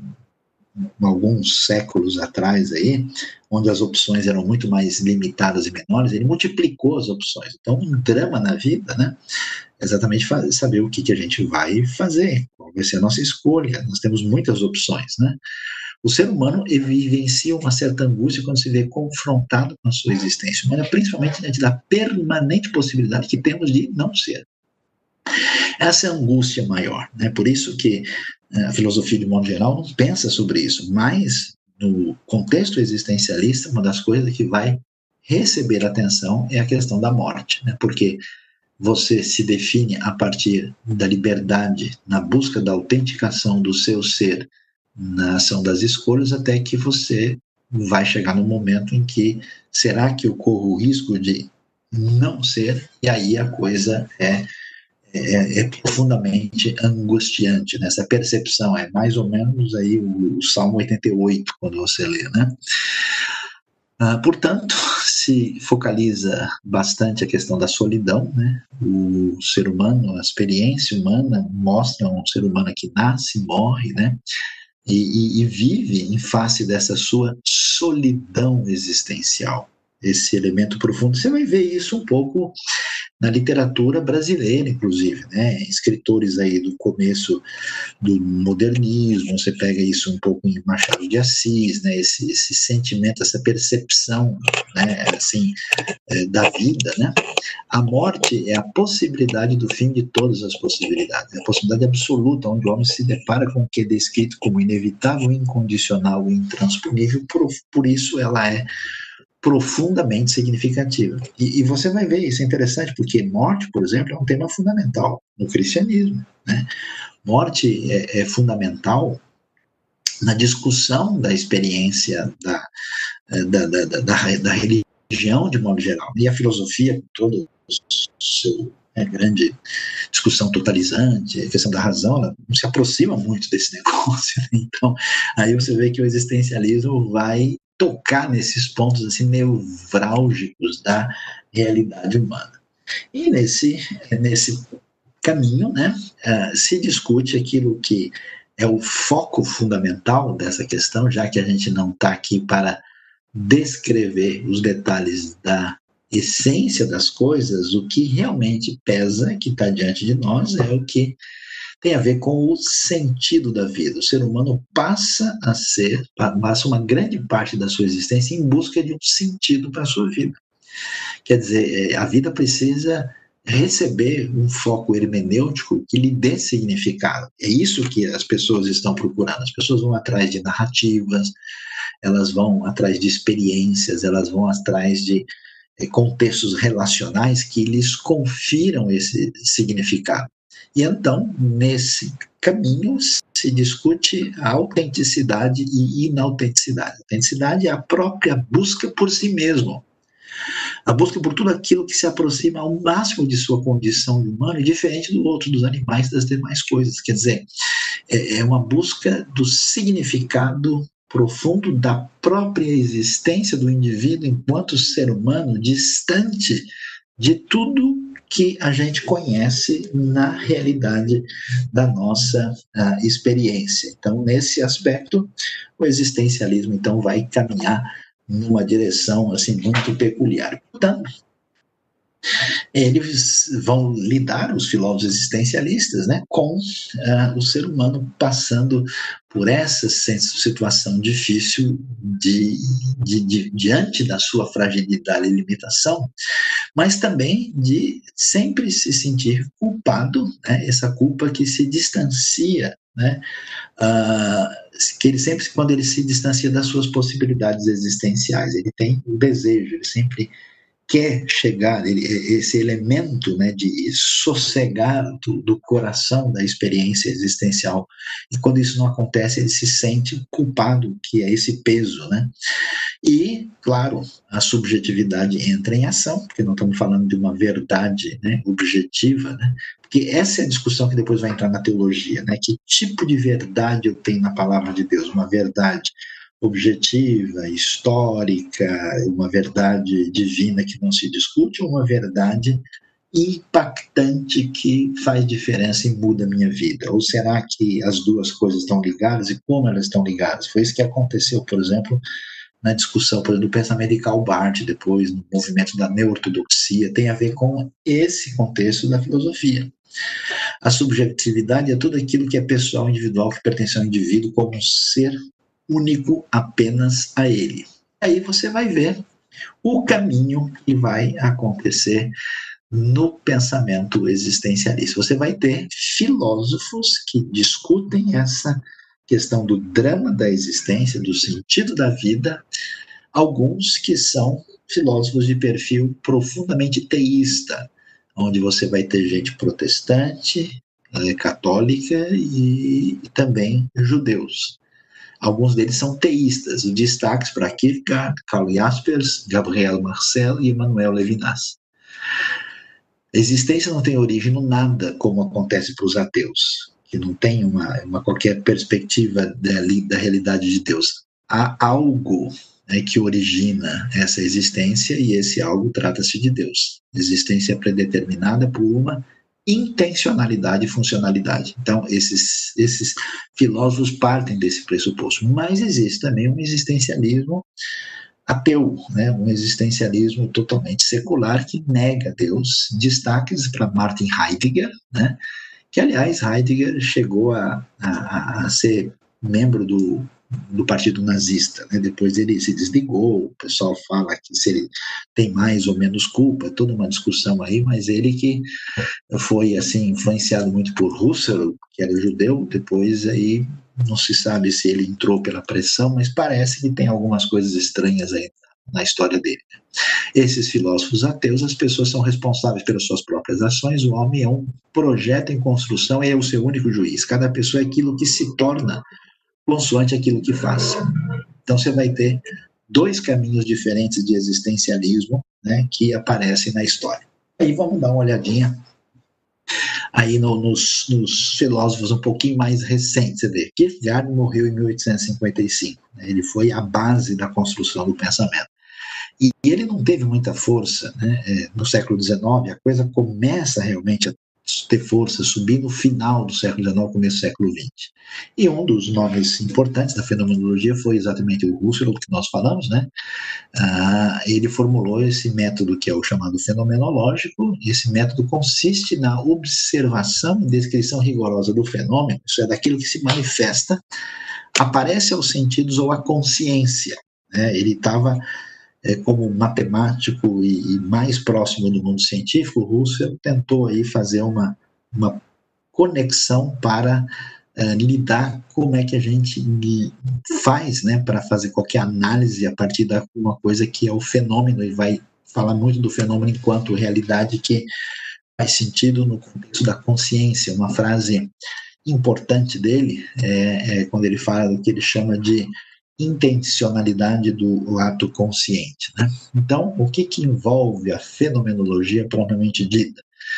alguns séculos atrás aí, onde as opções eram muito mais limitadas e menores, ele multiplicou as opções. Então, um drama na vida, né, é exatamente saber o que, que a gente vai fazer, qual vai ser a nossa escolha. Nós temos muitas opções, né? O ser humano vivencia uma certa angústia quando se vê confrontado com a sua existência humana, principalmente diante da permanente possibilidade que temos de não ser. Essa é a angústia maior, né? Por isso que a filosofia, de modo geral, não pensa sobre isso, mas no contexto existencialista, uma das coisas que vai receber atenção é a questão da morte, né? Porque você se define a partir da liberdade, na busca da autenticação do seu ser, na ação das escolhas, até que você vai chegar no momento em que, será que eu corro o risco de não ser? E aí a coisa é É, é profundamente angustiante, né? Essa percepção é mais ou menos aí o, o Salmo oitenta e oito, quando você lê, né? Ah, portanto, se focaliza bastante a questão da solidão, né? O ser humano, a experiência humana mostra um ser humano que nasce, morre, né? E, e, e vive em face dessa sua solidão existencial, esse elemento profundo. Você vai ver isso um pouco na literatura brasileira, inclusive, né? Escritores aí do começo do modernismo, você pega isso um pouco em Machado de Assis, né? Esse, esse sentimento, essa percepção, né? Assim, é, da vida, né? A morte é a possibilidade do fim de todas as possibilidades, é a possibilidade absoluta, onde o homem se depara com o que é descrito como inevitável, incondicional e intransponível, por, por isso ela é profundamente significativa. E, e você vai ver, isso é interessante, porque morte, por exemplo, é um tema fundamental no cristianismo, né? Morte é, é fundamental na discussão da experiência da, da, da, da, da, da religião, de modo geral. E a filosofia, com toda a sua é, grande discussão totalizante, a questão da razão, ela não se aproxima muito desse negócio, né? Então, aí você vê que o existencialismo vai tocar nesses pontos assim nevrálgicos da realidade humana. E nesse, nesse caminho, né, uh, se discute aquilo que é o foco fundamental dessa questão, já que a gente não está aqui para descrever os detalhes da essência das coisas, o que realmente pesa, que está diante de nós, é o que tem a ver com o sentido da vida. O ser humano passa a ser, passa uma grande parte da sua existência em busca de um sentido para a sua vida. Quer dizer, a vida precisa receber um foco hermenêutico que lhe dê significado. É isso que as pessoas estão procurando. As pessoas vão atrás de narrativas, elas vão atrás de experiências, elas vão atrás de contextos relacionais que lhes confiram esse significado. E então, nesse caminho, se discute a autenticidade e inautenticidade. A autenticidade é a própria busca por si mesmo. A busca por tudo aquilo que se aproxima ao máximo de sua condição de humano e diferente do outro, dos animais, das demais coisas. Quer dizer, é uma busca do significado profundo da própria existência do indivíduo enquanto ser humano, distante de tudo que a gente conhece na realidade da nossa uh, experiência. Então, nesse aspecto, o existencialismo então vai caminhar numa direção assim muito peculiar. Portanto, eles vão lidar, os filósofos existencialistas, né, com uh, o ser humano passando por essa situação difícil de, de, de, diante da sua fragilidade e limitação, mas também de sempre se sentir culpado, né, essa culpa que se distancia, né, uh, que ele sempre, quando ele se distancia das suas possibilidades existenciais, ele tem o desejo, ele sempre quer chegar, ele, esse elemento, né, de sossegar do, do coração da experiência existencial, e quando isso não acontece, ele se sente culpado, que é esse peso, né? E, claro, a subjetividade entra em ação, porque não estamos falando de uma verdade, né, objetiva, né? Porque essa é a discussão que depois vai entrar na teologia, né? Que tipo de verdade eu tenho na palavra de Deus? Uma verdade objetiva, histórica, uma verdade divina que não se discute, ou uma verdade impactante que faz diferença e muda a minha vida? Ou será que as duas coisas estão ligadas e como elas estão ligadas? Foi isso que aconteceu, por exemplo, na discussão por exemplo, do pensamento de Karl Barth, depois no movimento da neo-ortodoxia, tem a ver com esse contexto da filosofia. A subjetividade é tudo aquilo que é pessoal, individual, que pertence ao indivíduo como um ser único apenas a ele. Aí você vai ver o caminho que vai acontecer no pensamento existencialista. Você vai ter filósofos que discutem essa questão do drama da existência, do sentido da vida, alguns que são filósofos de perfil profundamente teísta, onde você vai ter gente protestante, católica e também judeus. Alguns deles são teístas, os destaques para Kierkegaard, Karl Jaspers, Gabriel Marcel e Emmanuel Levinas. A existência não tem origem no nada, como acontece para os ateus, que não tem uma, uma qualquer perspectiva da, da realidade de Deus. Há algo, né, que origina essa existência e esse algo trata-se de Deus. A existência é predeterminada por uma intencionalidade e funcionalidade. Então, esses, esses filósofos partem desse pressuposto. Mas existe também um existencialismo ateu, né? Um existencialismo totalmente secular que nega Deus. Destaques para Martin Heidegger, né? Que, aliás, Heidegger chegou a, a, a ser membro do, do partido nazista, né? Depois ele se desligou, o pessoal fala que se ele tem mais ou menos culpa, toda uma discussão aí, mas ele que foi assim influenciado muito por Husserl, que era judeu, depois aí não se sabe se ele entrou pela pressão, mas parece que tem algumas coisas estranhas aí na história dele. Esses filósofos ateus, as pessoas são responsáveis pelas suas próprias ações, o homem é um projeto em construção e é o seu único juiz. Cada pessoa é aquilo que se torna consoante aquilo que faz. Então você vai ter dois caminhos diferentes de existencialismo, né, que aparecem na história. Aí vamos dar uma olhadinha aí no, nos, nos filósofos um pouquinho mais recentes. Você vê, Kierkegaard morreu em mil oitocentos e cinquenta e cinco, né, ele foi a base da construção do pensamento. E ele não teve muita força, né, no século dezenove, a coisa começa realmente a ter força, subir no final do século dezenove, começo do século vinte. E um dos nomes importantes da fenomenologia foi exatamente o Husserl, que nós falamos, né? Ah, ele formulou esse método que é o chamado fenomenológico. Esse método consiste na observação e descrição rigorosa do fenômeno, isso é, daquilo que se manifesta, aparece aos sentidos ou à consciência, né? Ele estava É, como matemático e, e mais próximo do mundo científico, Husserl tentou aí fazer uma, uma conexão para uh, lidar como é que a gente faz, né, para fazer qualquer análise a partir de uma coisa que é o fenômeno, e vai falar muito do fenômeno enquanto realidade que faz sentido no contexto da consciência. Uma frase importante dele é, é quando ele fala do que ele chama de intencionalidade do ato consciente, né? Então, o que, que envolve a fenomenologia propriamente dita?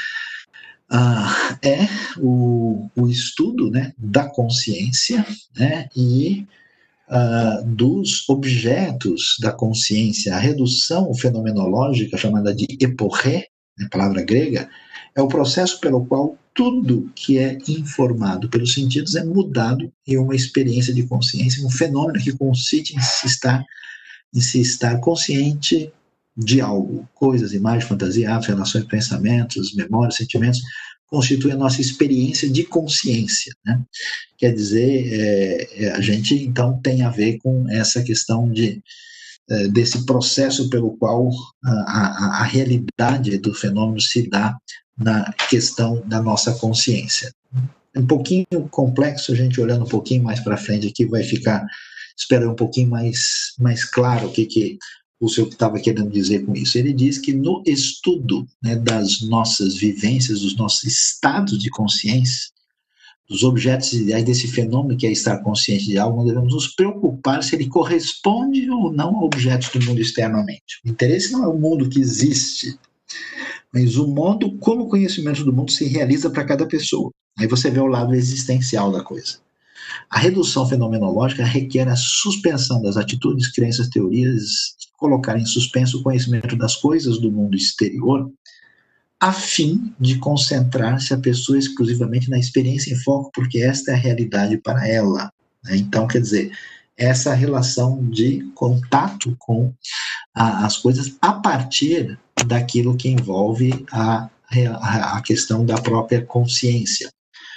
Ah, é o, o estudo, né, da consciência, né, e ah, dos objetos da consciência. A redução fenomenológica, chamada de eporré, né, palavra grega, é o processo pelo qual tudo que é informado pelos sentidos é mudado em uma experiência de consciência, um fenômeno que consiste em se estar, em se estar consciente de algo. Coisas, imagens, fantasia, atos, relações, pensamentos, memórias, sentimentos, constituem a nossa experiência de consciência, né? Quer dizer, é, a gente então tem a ver com essa questão de é, desse processo pelo qual a, a, a realidade do fenômeno se dá na questão da nossa consciência. Um pouquinho complexo, a gente olhando um pouquinho mais para frente aqui vai ficar, espero um pouquinho mais, mais claro o que, que o senhor estava querendo dizer com isso. Ele diz que no estudo, né, das nossas vivências, dos nossos estados de consciência, dos objetos ideais, desse fenômeno que é estar consciente de algo, nós devemos nos preocupar se ele corresponde ou não a objetos do mundo externamente. O interesse não é o mundo que existe, mas o modo como o conhecimento do mundo se realiza para cada pessoa. Aí você vê o lado existencial da coisa. A redução fenomenológica requer a suspensão das atitudes, crenças, teorias, colocar em suspenso o conhecimento das coisas do mundo exterior a fim de concentrar-se a pessoa exclusivamente na experiência em foco, porque esta é a realidade para ela. Né? Então, quer dizer, essa relação de contato com a, as coisas a partir daquilo que envolve a, a, a questão da própria consciência.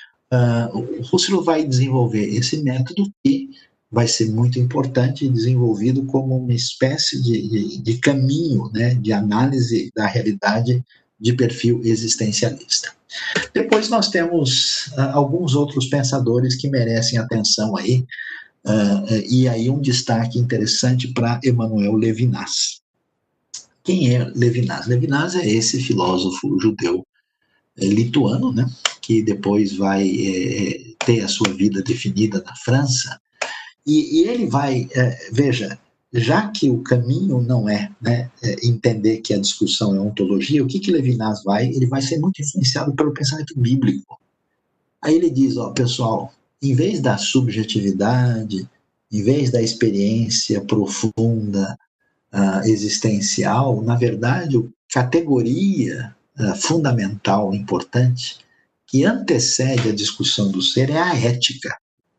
Uh, o Husserl vai desenvolver esse método que vai ser muito importante, desenvolvido como uma espécie de, de, de caminho, né, de análise da realidade de perfil existencialista. Depois nós temos uh, alguns outros pensadores que merecem atenção aí, uh, uh, e aí um destaque interessante para Emmanuel Levinas. Quem é Levinas? Levinas é esse filósofo judeu é, lituano, né, que depois vai é, ter a sua vida definida na França, e, e ele vai, é, veja, já que o caminho não é, né, é entender que a discussão é ontologia, o que que Levinas vai? Ele vai ser muito influenciado pelo pensamento bíblico. Aí ele diz, ó, pessoal, em vez da subjetividade, em vez da experiência profunda, uh, existencial, na verdade, a categoria uh, fundamental, importante, que antecede a discussão do ser é a ética.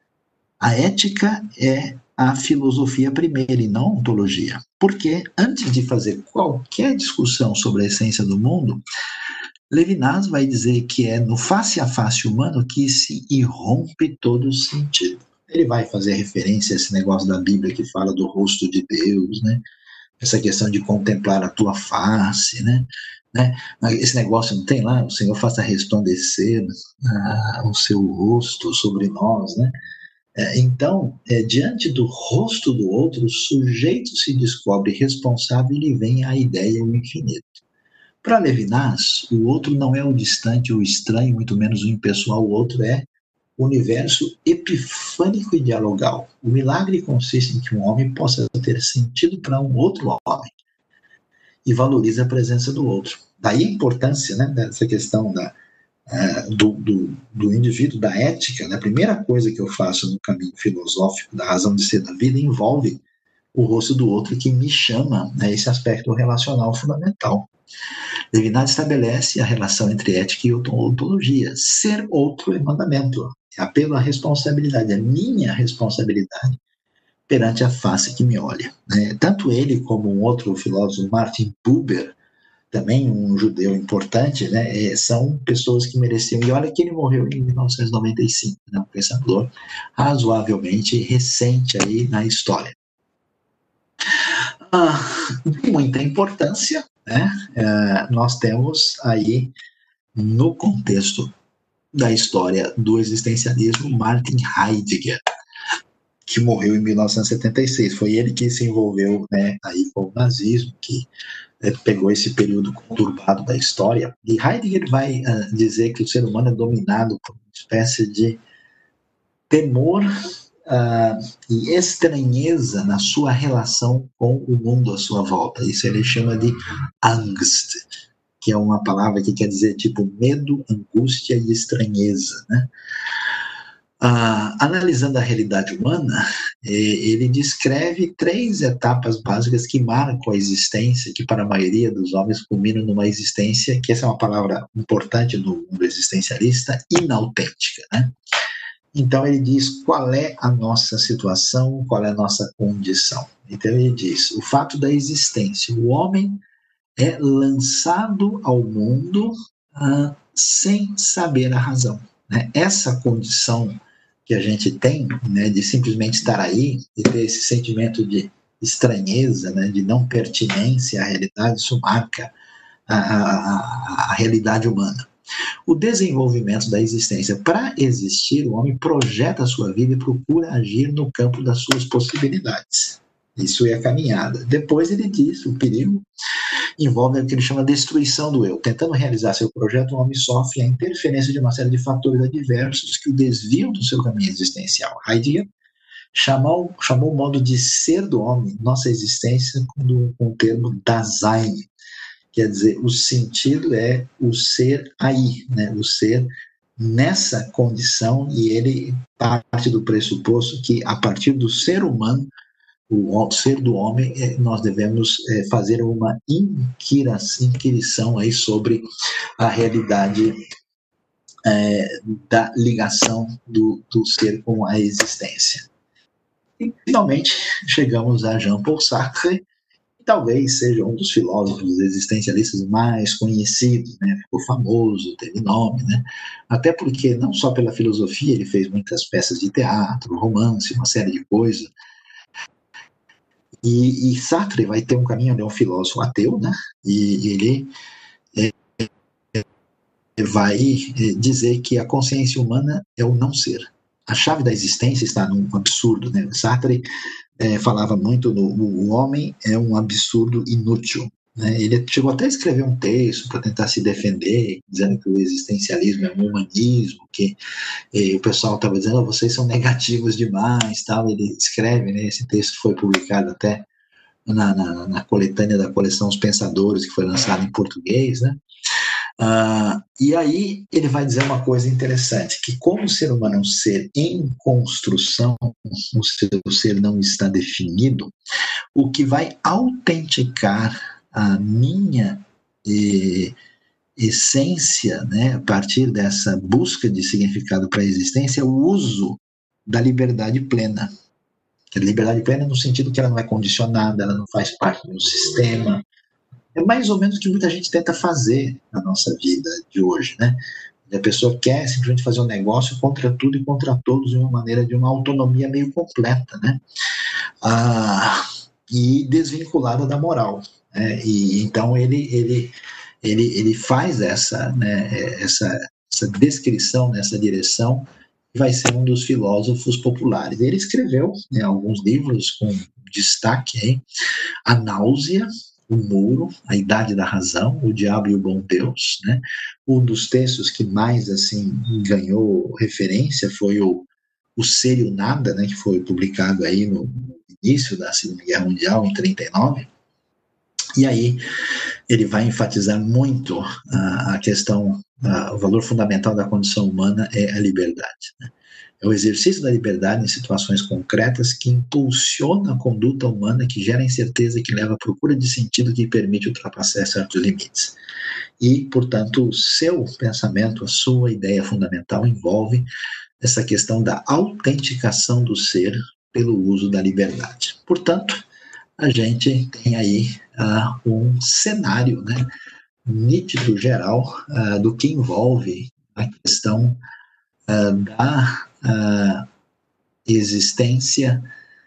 A ética é a filosofia primeira e não a ontologia. Porque antes de fazer qualquer discussão sobre a essência do mundo, Levinas vai dizer que é no face a face humano que se irrompe todo o sentido. Ele vai fazer referência a esse negócio da Bíblia que fala do rosto de Deus, né? Essa questão de contemplar a tua face, né? Né? Esse negócio não tem lá, o Senhor faça resplandecer ah, o seu rosto sobre nós, né? Então, é, diante do rosto do outro, o sujeito se descobre responsável e lhe vem a ideia o infinito. Para Levinas, o outro não é o distante, o estranho, muito menos o impessoal, o outro é o universo epifânico e dialogal. O milagre consiste em que um homem possa ter sentido para um outro homem e valoriza a presença do outro. Daí a importância, né, dessa questão da, uh, do, do, do indivíduo, da ética. Né? A primeira coisa que eu faço no caminho filosófico da razão de ser da vida envolve o rosto do outro, que me chama, né, esse aspecto relacional fundamental. Levinas estabelece a relação entre ética e ontologia. Ser outro é mandamento, é apelo à responsabilidade, a minha responsabilidade perante a face que me olha. Né? Tanto ele como um outro filósofo, Martin Buber, também um judeu importante, né, são pessoas que mereciam. E olha que ele morreu em mil novecentos e noventa e cinco, né, um pensador razoavelmente recente aí na história. Ah, de muita importância, né, é, nós temos aí, no contexto da história do existencialismo, Martin Heidegger, que morreu em mil novecentos e setenta e seis. Foi ele que se envolveu, né, aí com o nazismo, que é, pegou esse período conturbado da história. E Heidegger vai uh, dizer que o ser humano é dominado por uma espécie de temor uh, e estranheza na sua relação com o mundo à sua volta. Isso ele chama de Angst, que é uma palavra que quer dizer tipo medo, angústia e estranheza, né? Ah, analisando a realidade humana, ele descreve três etapas básicas que marcam a existência, que para a maioria dos homens culminam numa existência, que essa é uma palavra importante no mundo existencialista, inautêntica, né? Então ele diz qual é a nossa situação, qual é a nossa condição. Então ele diz, o fato da existência, o homem é lançado ao mundo ah, sem saber a razão, né? Essa condição que a gente tem, né, de simplesmente estar aí e ter esse sentimento de estranheza, né, de não pertinência à realidade, isso marca a, a, a realidade humana. O desenvolvimento da existência. Para existir, o homem projeta a sua vida e procura agir no campo das suas possibilidades. Isso é a caminhada. Depois ele diz, o perigo envolve o que ele chama de destruição do eu. Tentando realizar seu projeto, o homem sofre a interferência de uma série de fatores adversos que o desviam do seu caminho existencial. Heidegger chamou, chamou o modo de ser do homem, nossa existência, com, com o termo Dasein. Quer dizer, o sentido é o ser aí, né? O ser nessa condição, e ele parte do pressuposto que, a partir do ser humano, o ser do homem, nós devemos fazer uma inquirição aí sobre a realidade é, da ligação do, do ser com a existência. E, finalmente, chegamos a Jean-Paul Sartre, que talvez seja um dos filósofos existencialistas mais conhecidos, né? Ficou famoso, teve nome, né? Até porque, não só pela filosofia, ele fez muitas peças de teatro, romance, uma série de coisas. E, e Sartre vai ter um caminho, ele é um filósofo ateu, né? E ele é, vai dizer que a consciência humana é o não ser. A chave da existência está num absurdo, né? Sartre é, falava muito no, no o homem é um absurdo inútil. Né? Ele chegou até a escrever um texto para tentar se defender, dizendo que o existencialismo é um humanismo, que eh, o pessoal estava dizendo, oh, vocês são negativos demais, tal. Ele escreve, né? Esse texto foi publicado até na, na, na coletânea da coleção Os Pensadores, que foi lançada em português, né? Uh, e aí ele vai dizer uma coisa interessante, que como o ser humano é um ser em construção, o ser, o ser não está definido, o que vai autenticar a minha eh, essência, né, a partir dessa busca de significado para a existência, é o uso da liberdade plena. A liberdade plena no sentido que ela não é condicionada, ela não faz parte de um sistema. É mais ou menos o que muita gente tenta fazer na nossa vida de hoje, né? A pessoa quer simplesmente fazer um negócio contra tudo e contra todos de uma maneira, de uma autonomia meio completa, né? Ah, e desvinculada da moral. Né? E então ele, ele, ele, ele faz essa, né, essa, essa descrição nessa direção, que vai ser um dos filósofos populares. Ele escreveu, né, alguns livros com destaque aí, A Náusea, O Muro, A Idade da Razão, O Diabo e o Bom Deus, né? Um dos textos que mais assim ganhou referência foi o, o Ser e o Nada, né? Que foi publicado aí no início da Segunda Guerra Mundial, em trinta e nove. E aí ele vai enfatizar muito a, a questão, a, o valor fundamental da condição humana é a liberdade, né? É o exercício da liberdade em situações concretas que impulsiona a conduta humana, que gera incerteza, que leva à procura de sentido, que permite ultrapassar certos limites. E, portanto, o seu pensamento, a sua ideia fundamental envolve essa questão da autenticação do ser pelo uso da liberdade. Portanto, a gente tem aí uh, um cenário, né, nítido, geral, uh, do que envolve a questão uh, da Uh, existência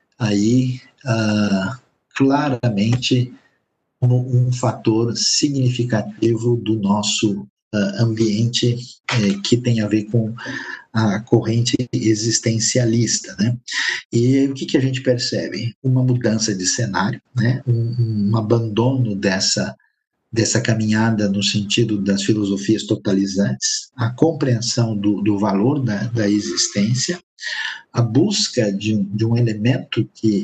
aí uh, claramente como um fator significativo do nosso uh, ambiente eh, que tem a ver com a corrente existencialista, né? E o que, que a gente percebe? Uma mudança de cenário, né? um, um abandono dessa dessa caminhada no sentido das filosofias totalizantes, a compreensão do, do valor da, da existência, a busca de, de um elemento que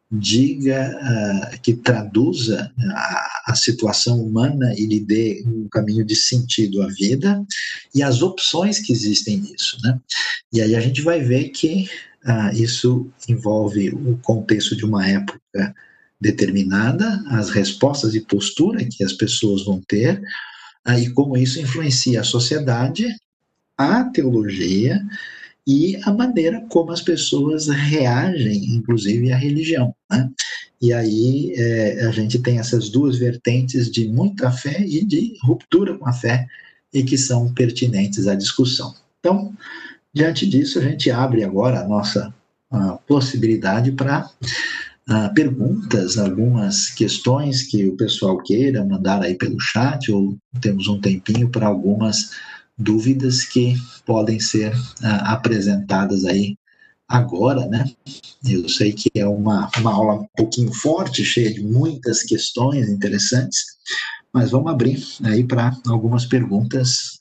diga, uh, que traduza a, a situação humana e lhe dê um caminho de sentido à vida e as opções que existem nisso, né? E aí a gente vai ver que uh, isso envolve o contexto de uma época determinada, as respostas e postura que as pessoas vão ter, e como isso influencia a sociedade, a teologia e a maneira como as pessoas reagem, inclusive à religião, né? E aí é, a gente tem essas duas vertentes de muita fé e de ruptura com a fé, e que são pertinentes à discussão. Então, diante disso, a gente abre agora a nossa a possibilidade para Uh, perguntas, algumas questões que o pessoal queira mandar aí pelo chat, ou temos um tempinho para algumas dúvidas que podem ser uh, apresentadas aí agora, né? Eu sei que é uma, uma aula um pouquinho forte, cheia de muitas questões interessantes, mas vamos abrir aí para algumas perguntas.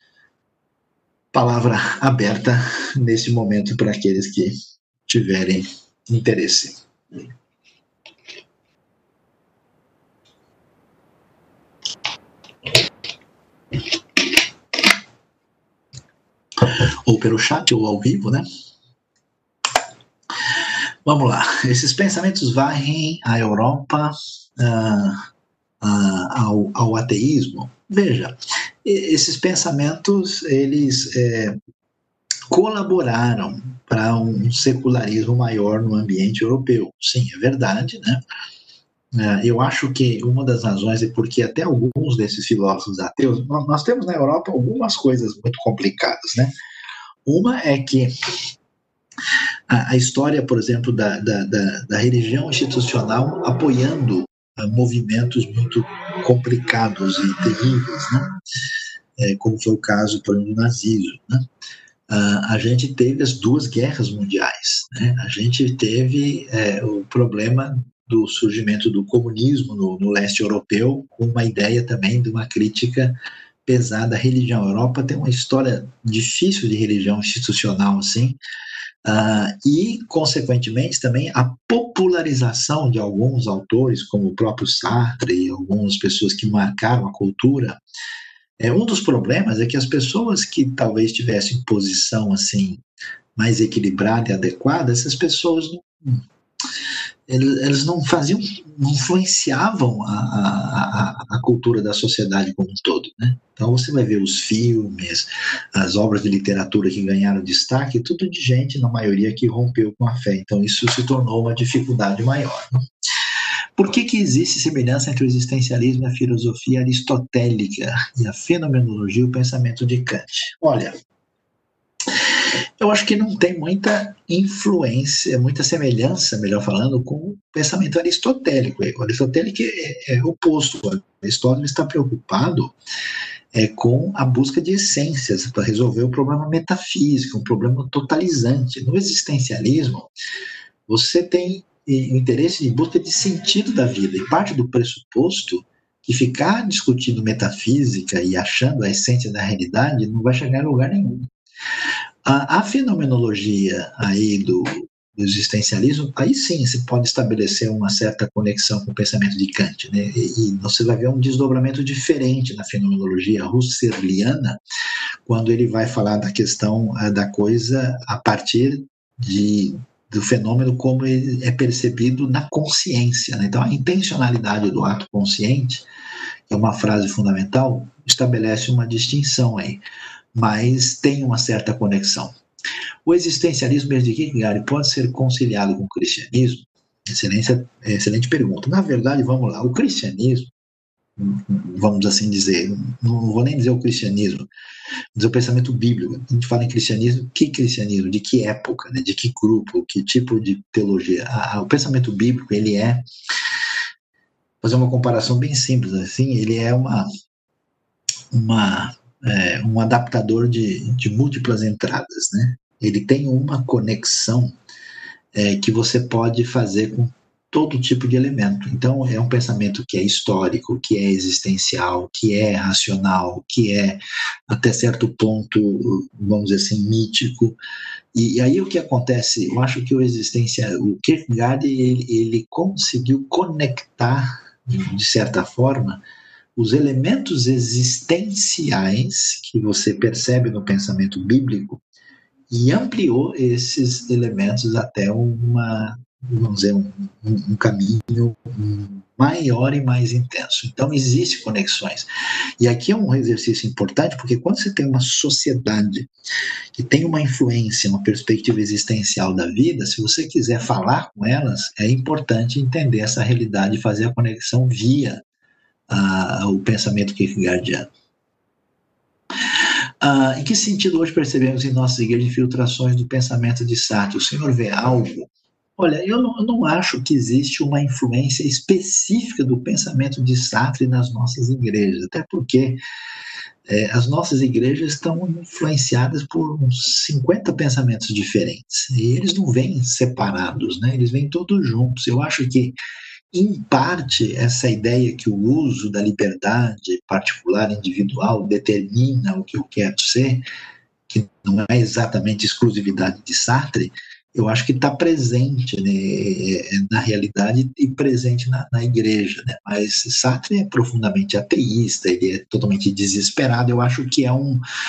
Palavra aberta nesse momento para aqueles que tiverem interesse. Ou pelo chat, ou ao vivo, né? Vamos lá, esses pensamentos varrem a Europa ah, ah, ao, ao ateísmo. Veja, esses pensamentos, eles é, colaboraram para um secularismo maior no ambiente europeu. Sim, é verdade, né? Eu acho que uma das razões é porque até alguns desses filósofos ateus, nós temos na Europa algumas coisas muito complicadas, né? Uma é que a, a história, por exemplo, da, da, da, da religião institucional apoiando uh, movimentos muito complicados e terríveis, né? É, como foi o caso, por exemplo, do nazismo, né? Uh, a gente teve as duas guerras mundiais, né? A gente teve é, o problema do surgimento do comunismo no, no leste europeu, com uma ideia também de uma crítica pesada à religião. A Europa tem uma história difícil de religião institucional, assim, uh, e, consequentemente, também a popularização de alguns autores, como o próprio Sartre e algumas pessoas que marcaram a cultura. É, um dos problemas é que as pessoas que talvez tivessem posição assim mais equilibrada e adequada, essas pessoas não, eles não faziam, não influenciavam a, a, a cultura da sociedade como um todo, né? Então você vai ver os filmes, as obras de literatura que ganharam destaque, tudo de gente, na maioria, que rompeu com a fé. Então isso se tornou uma dificuldade maior, né? Por que que existe semelhança entre o existencialismo e a filosofia aristotélica e a fenomenologia e o pensamento de Kant? Olha, eu acho que não tem muita influência, muita semelhança, melhor falando, com o pensamento aristotélico. O aristotélico é, é oposto. O Aristóteles está preocupado é, com a busca de essências para resolver o problema metafísico, um problema totalizante. No existencialismo, você tem o interesse em busca de sentido da vida, e parte do pressuposto que ficar discutindo metafísica e achando a essência da realidade não vai chegar a lugar nenhum. A, a fenomenologia aí do, do existencialismo, aí sim você pode estabelecer uma certa conexão com o pensamento de Kant, né? E, e você vai ver um desdobramento diferente na fenomenologia husserliana, quando ele vai falar da questão uh, da coisa a partir de do fenômeno como ele é percebido na consciência, né? Então, a intencionalidade do ato consciente, que é uma frase fundamental, estabelece uma distinção aí, mas tem uma certa conexão. O existencialismo de Kierkegaard pode ser conciliado com o cristianismo? Excelente, excelente pergunta. Na verdade, vamos lá, o cristianismo, vamos assim dizer, não vou nem dizer o cristianismo, mas o pensamento bíblico. A gente fala em cristianismo, que cristianismo? De que época? Né? De que grupo? Que tipo de teologia? Ah, o pensamento bíblico, ele é, fazer uma comparação bem simples assim, ele é uma, uma é, um adaptador de, de múltiplas entradas, né? Ele tem uma conexão é, que você pode fazer com todo tipo de elemento. Então, é um pensamento que é histórico, que é existencial, que é racional, que é, até certo ponto, vamos dizer assim, mítico. E, e aí o que acontece? Eu acho que o existencial, o Kierkegaard, ele, ele conseguiu conectar, de certa forma, os elementos existenciais que você percebe no pensamento bíblico e ampliou esses elementos até uma, vamos dizer, um, um caminho maior e mais intenso. Então, existem conexões. E aqui é um exercício importante, porque quando você tem uma sociedade que tem uma influência, uma perspectiva existencial da vida, se você quiser falar com elas, é importante entender essa realidade e fazer a conexão via uh, o pensamento kierkegaardiano. Uh, em que sentido hoje percebemos em nossas igrejas infiltrações do pensamento de Sartre? O senhor vê algo? Olha, eu não, eu não acho que existe uma influência específica do pensamento de Sartre nas nossas igrejas, até porque é, as nossas igrejas estão influenciadas por uns cinquenta pensamentos diferentes, e eles não vêm separados, né? Eles vêm todos juntos. Eu acho que, em parte, essa ideia que o uso da liberdade particular, individual, determina o que eu quero ser, que não é exatamente exclusividade de Sartre, eu acho que está presente, né, na realidade e presente na, na igreja, né? Mas Sartre é profundamente ateísta, ele é totalmente desesperado. Eu acho que é um,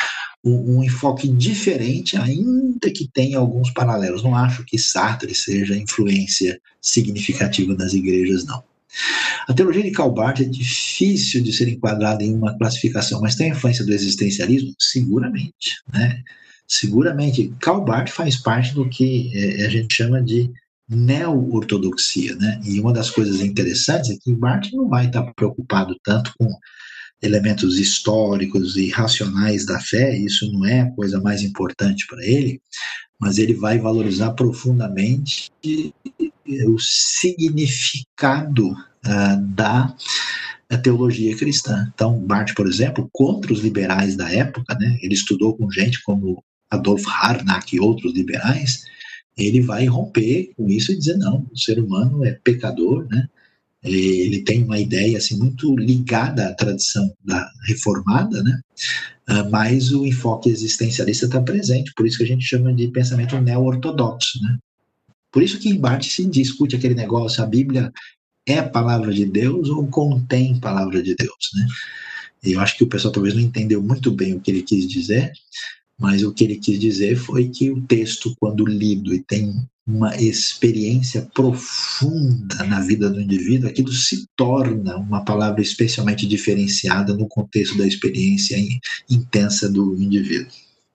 um, um enfoque diferente, ainda que tenha alguns paralelos. Não acho que Sartre seja influência significativa das igrejas, não. A teologia de Karl Barth é difícil de ser enquadrada em uma classificação, mas tem a influência do existencialismo? Seguramente, né? Seguramente. Karl Barth faz parte do que é, a gente chama de neo-ortodoxia, né? E uma das coisas interessantes é que Barth não vai estar preocupado tanto com elementos históricos e racionais da fé, isso não é a coisa mais importante para ele, mas ele vai valorizar profundamente o significado uh, da teologia cristã. Então, Barth, por exemplo, contra os liberais da época, né, ele estudou com gente como Adolf Harnack e outros liberais, ele vai romper com isso e dizer, não, o ser humano é pecador, né? Ele tem uma ideia assim, muito ligada à tradição da reformada, né? Uh, mas o enfoque existencialista está presente, por isso que a gente chama de pensamento neo-ortodoxo, né? Por isso que em Barth se discute aquele negócio, a Bíblia é a palavra de Deus ou contém palavra de Deus, né? E eu acho que o pessoal talvez não entendeu muito bem o que ele quis dizer, mas o que ele quis dizer foi que o texto, quando lido e tem uma experiência profunda na vida do indivíduo, aquilo se torna uma palavra especialmente diferenciada no contexto da experiência intensa do indivíduo.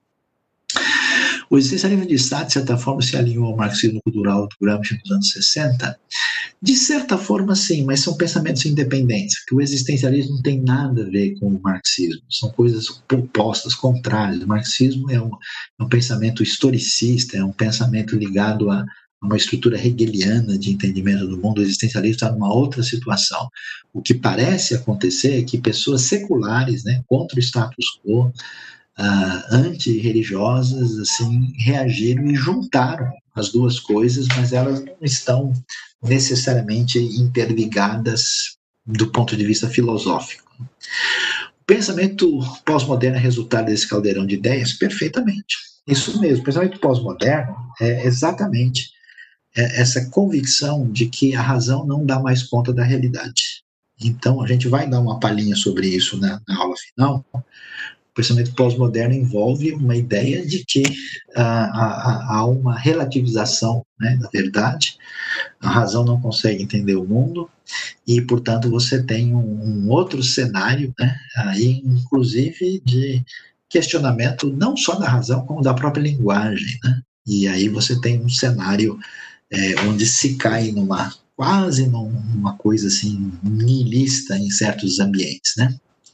O existencialismo de Sartre, de certa forma, se alinhou ao marxismo cultural do Gramsci nos anos sessenta. De certa forma, sim, mas são pensamentos independentes, porque o existencialismo não tem nada a ver com o marxismo, são coisas opostas, contrárias. O marxismo é um, é um pensamento historicista, é um pensamento ligado a uma estrutura hegeliana de entendimento do mundo. O existencialismo está numa outra situação. O que parece acontecer é que pessoas seculares, né, contra o status quo, Uh, antirreligiosas, assim, reagiram e juntaram as duas coisas, mas elas não estão necessariamente interligadas do ponto de vista filosófico. O pensamento pós-moderno é resultado desse caldeirão de ideias? Perfeitamente. Isso mesmo, o pensamento pós-moderno é exatamente essa convicção de que a razão não dá mais conta da realidade. Então, a gente vai dar uma palhinha sobre isso na, na aula final. O pensamento pós-moderno envolve uma ideia de que ah, há, há uma relativização, né, da verdade, a razão não consegue entender o mundo e, portanto, você tem um, um outro cenário, né, aí, inclusive de questionamento não só da razão, como da própria linguagem, né? E aí você tem um cenário é, onde se cai numa quase numa coisa assim nihilista em certos ambientes, né?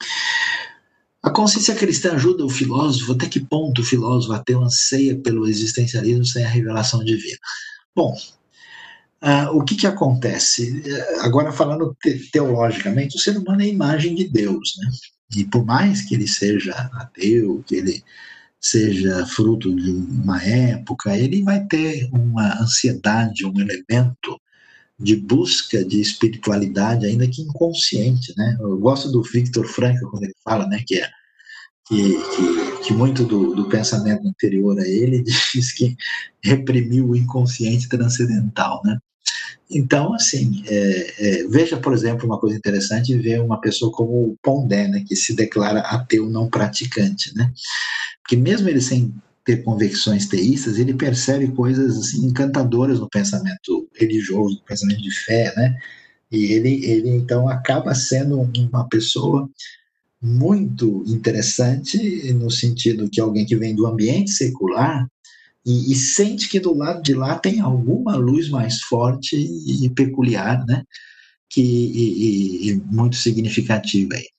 A consciência cristã ajuda o filósofo? Até que ponto o filósofo ateu anseia pelo existencialismo sem a revelação divina? Bom, uh, o que que acontece? Agora, falando te- teologicamente, o ser humano é a imagem de Deus, né? E por mais que ele seja ateu, que ele seja fruto de uma época, ele vai ter uma ansiedade, um elemento de busca de espiritualidade, ainda que inconsciente, né? Eu gosto do Viktor Frankl quando ele fala, né, que é que, que, que muito do, do pensamento anterior a ele diz que reprimiu o inconsciente transcendental, né? Então, assim, é, é, veja, por exemplo, uma coisa interessante, ver uma pessoa como o Pondé, né, que se declara ateu não praticante, né? Porque mesmo ele sem ter convicções teístas, ele percebe coisas assim, encantadoras no pensamento religioso, no pensamento de fé, né? E ele, ele então acaba sendo uma pessoa muito interessante no sentido que alguém que vem do ambiente secular e, e sente que do lado de lá tem alguma luz mais forte e, e peculiar, né? Que, e, e, e muito significativa aí.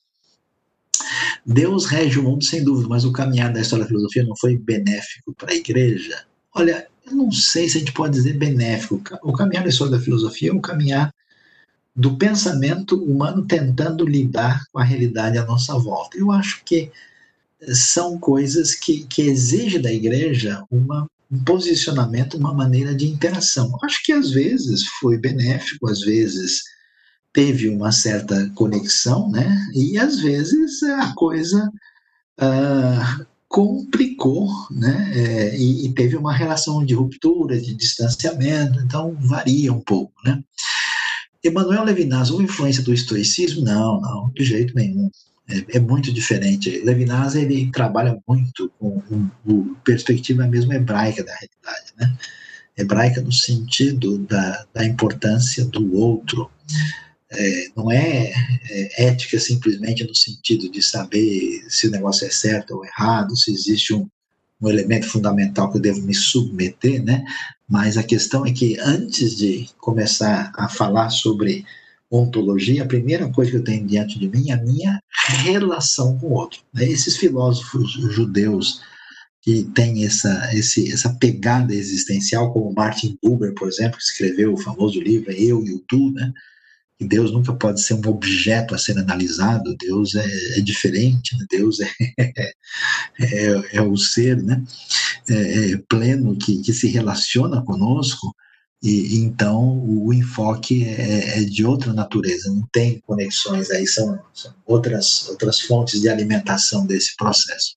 Deus rege o mundo sem dúvida, mas o caminhar da história da filosofia não foi benéfico para a igreja? Olha, eu não sei se a gente pode dizer benéfico. O caminhar da história da filosofia é um caminhar do pensamento humano tentando lidar com a realidade à nossa volta. Eu acho que são coisas que, que exigem da igreja uma, um posicionamento, uma maneira de interação. Acho que às vezes foi benéfico, às vezes teve uma certa conexão, né? E às vezes a coisa uh, complicou, né? É, e, e teve uma relação de ruptura, de distanciamento, então varia um pouco, né? Emmanuel Levinas, uma influência do estoicismo? Não, não, de jeito nenhum. é, é muito diferente. Levinas, ele trabalha muito com a perspectiva mesmo hebraica da realidade, né? Hebraica no sentido da, da importância do outro. É, não é, é ética simplesmente no sentido de saber se o negócio é certo ou errado, se existe um, um elemento fundamental que eu devo me submeter, né? Mas a questão é que antes de começar a falar sobre ontologia, a primeira coisa que eu tenho diante de mim é a minha relação com o outro. Esses filósofos judeus que têm essa, esse, essa pegada existencial, como Martin Buber, por exemplo, que escreveu o famoso livro Eu e o Tu, né? Que Deus nunca pode ser um objeto a ser analisado, Deus é, é diferente, né? Deus é, é, é o ser, né? É, é pleno que, que se relaciona conosco, e então o, o enfoque é, é de outra natureza, não tem conexões aí, são, são outras, outras fontes de alimentação desse processo.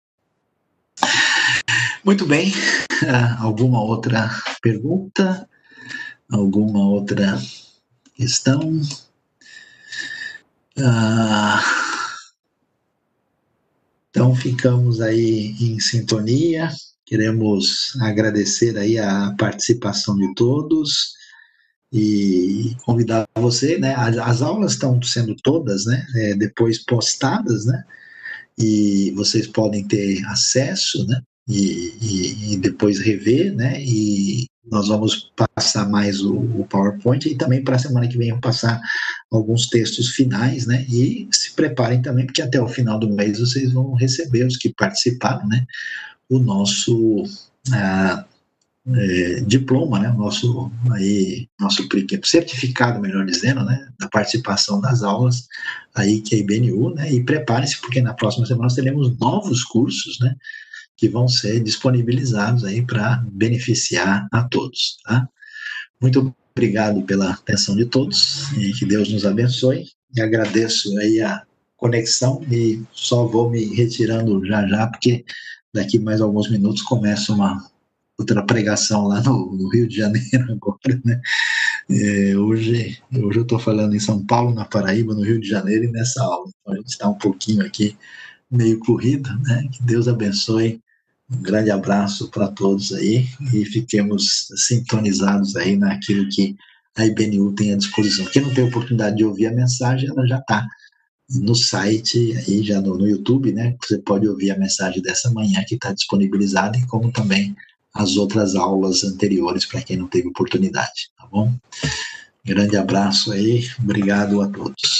Muito bem, alguma outra pergunta? Alguma outra questão? Ah, então ficamos aí em sintonia. Queremos agradecer aí a participação de todos e convidar você, né? As, as aulas estão sendo todas, né? É, depois postadas, né? E vocês podem ter acesso, né? E, e, e depois rever, né? E nós vamos passar mais o, o PowerPoint e também para a semana que vem eu passar alguns textos finais, né? E se preparem também, porque até o final do mês vocês vão receber, os que participaram, né? O nosso ah, é, diploma, né? O nosso, aí, nosso certificado, melhor dizendo, né? Da participação das aulas aí que é a I B N U, né? E preparem-se, porque na próxima semana nós teremos novos cursos, né? Que vão ser disponibilizados aí para beneficiar a todos, tá? Muito obrigado pela atenção de todos e que Deus nos abençoe. E agradeço aí a conexão e só vou me retirando já já, porque daqui mais alguns minutos começa uma outra pregação lá no, no Rio de Janeiro agora, né? É, hoje, hoje eu estou falando em São Paulo, na Paraíba, no Rio de Janeiro e nessa aula. Então a gente está um pouquinho aqui meio corrido, né? Que Deus abençoe. Um grande abraço para todos aí e fiquemos sintonizados aí naquilo que a I B N U tem à disposição. Quem não tem oportunidade de ouvir a mensagem, ela já está no site, aí já no, no YouTube, né? Você pode ouvir a mensagem dessa manhã que está disponibilizada, e como também as outras aulas anteriores para quem não teve oportunidade, tá bom? Grande abraço aí, obrigado a todos.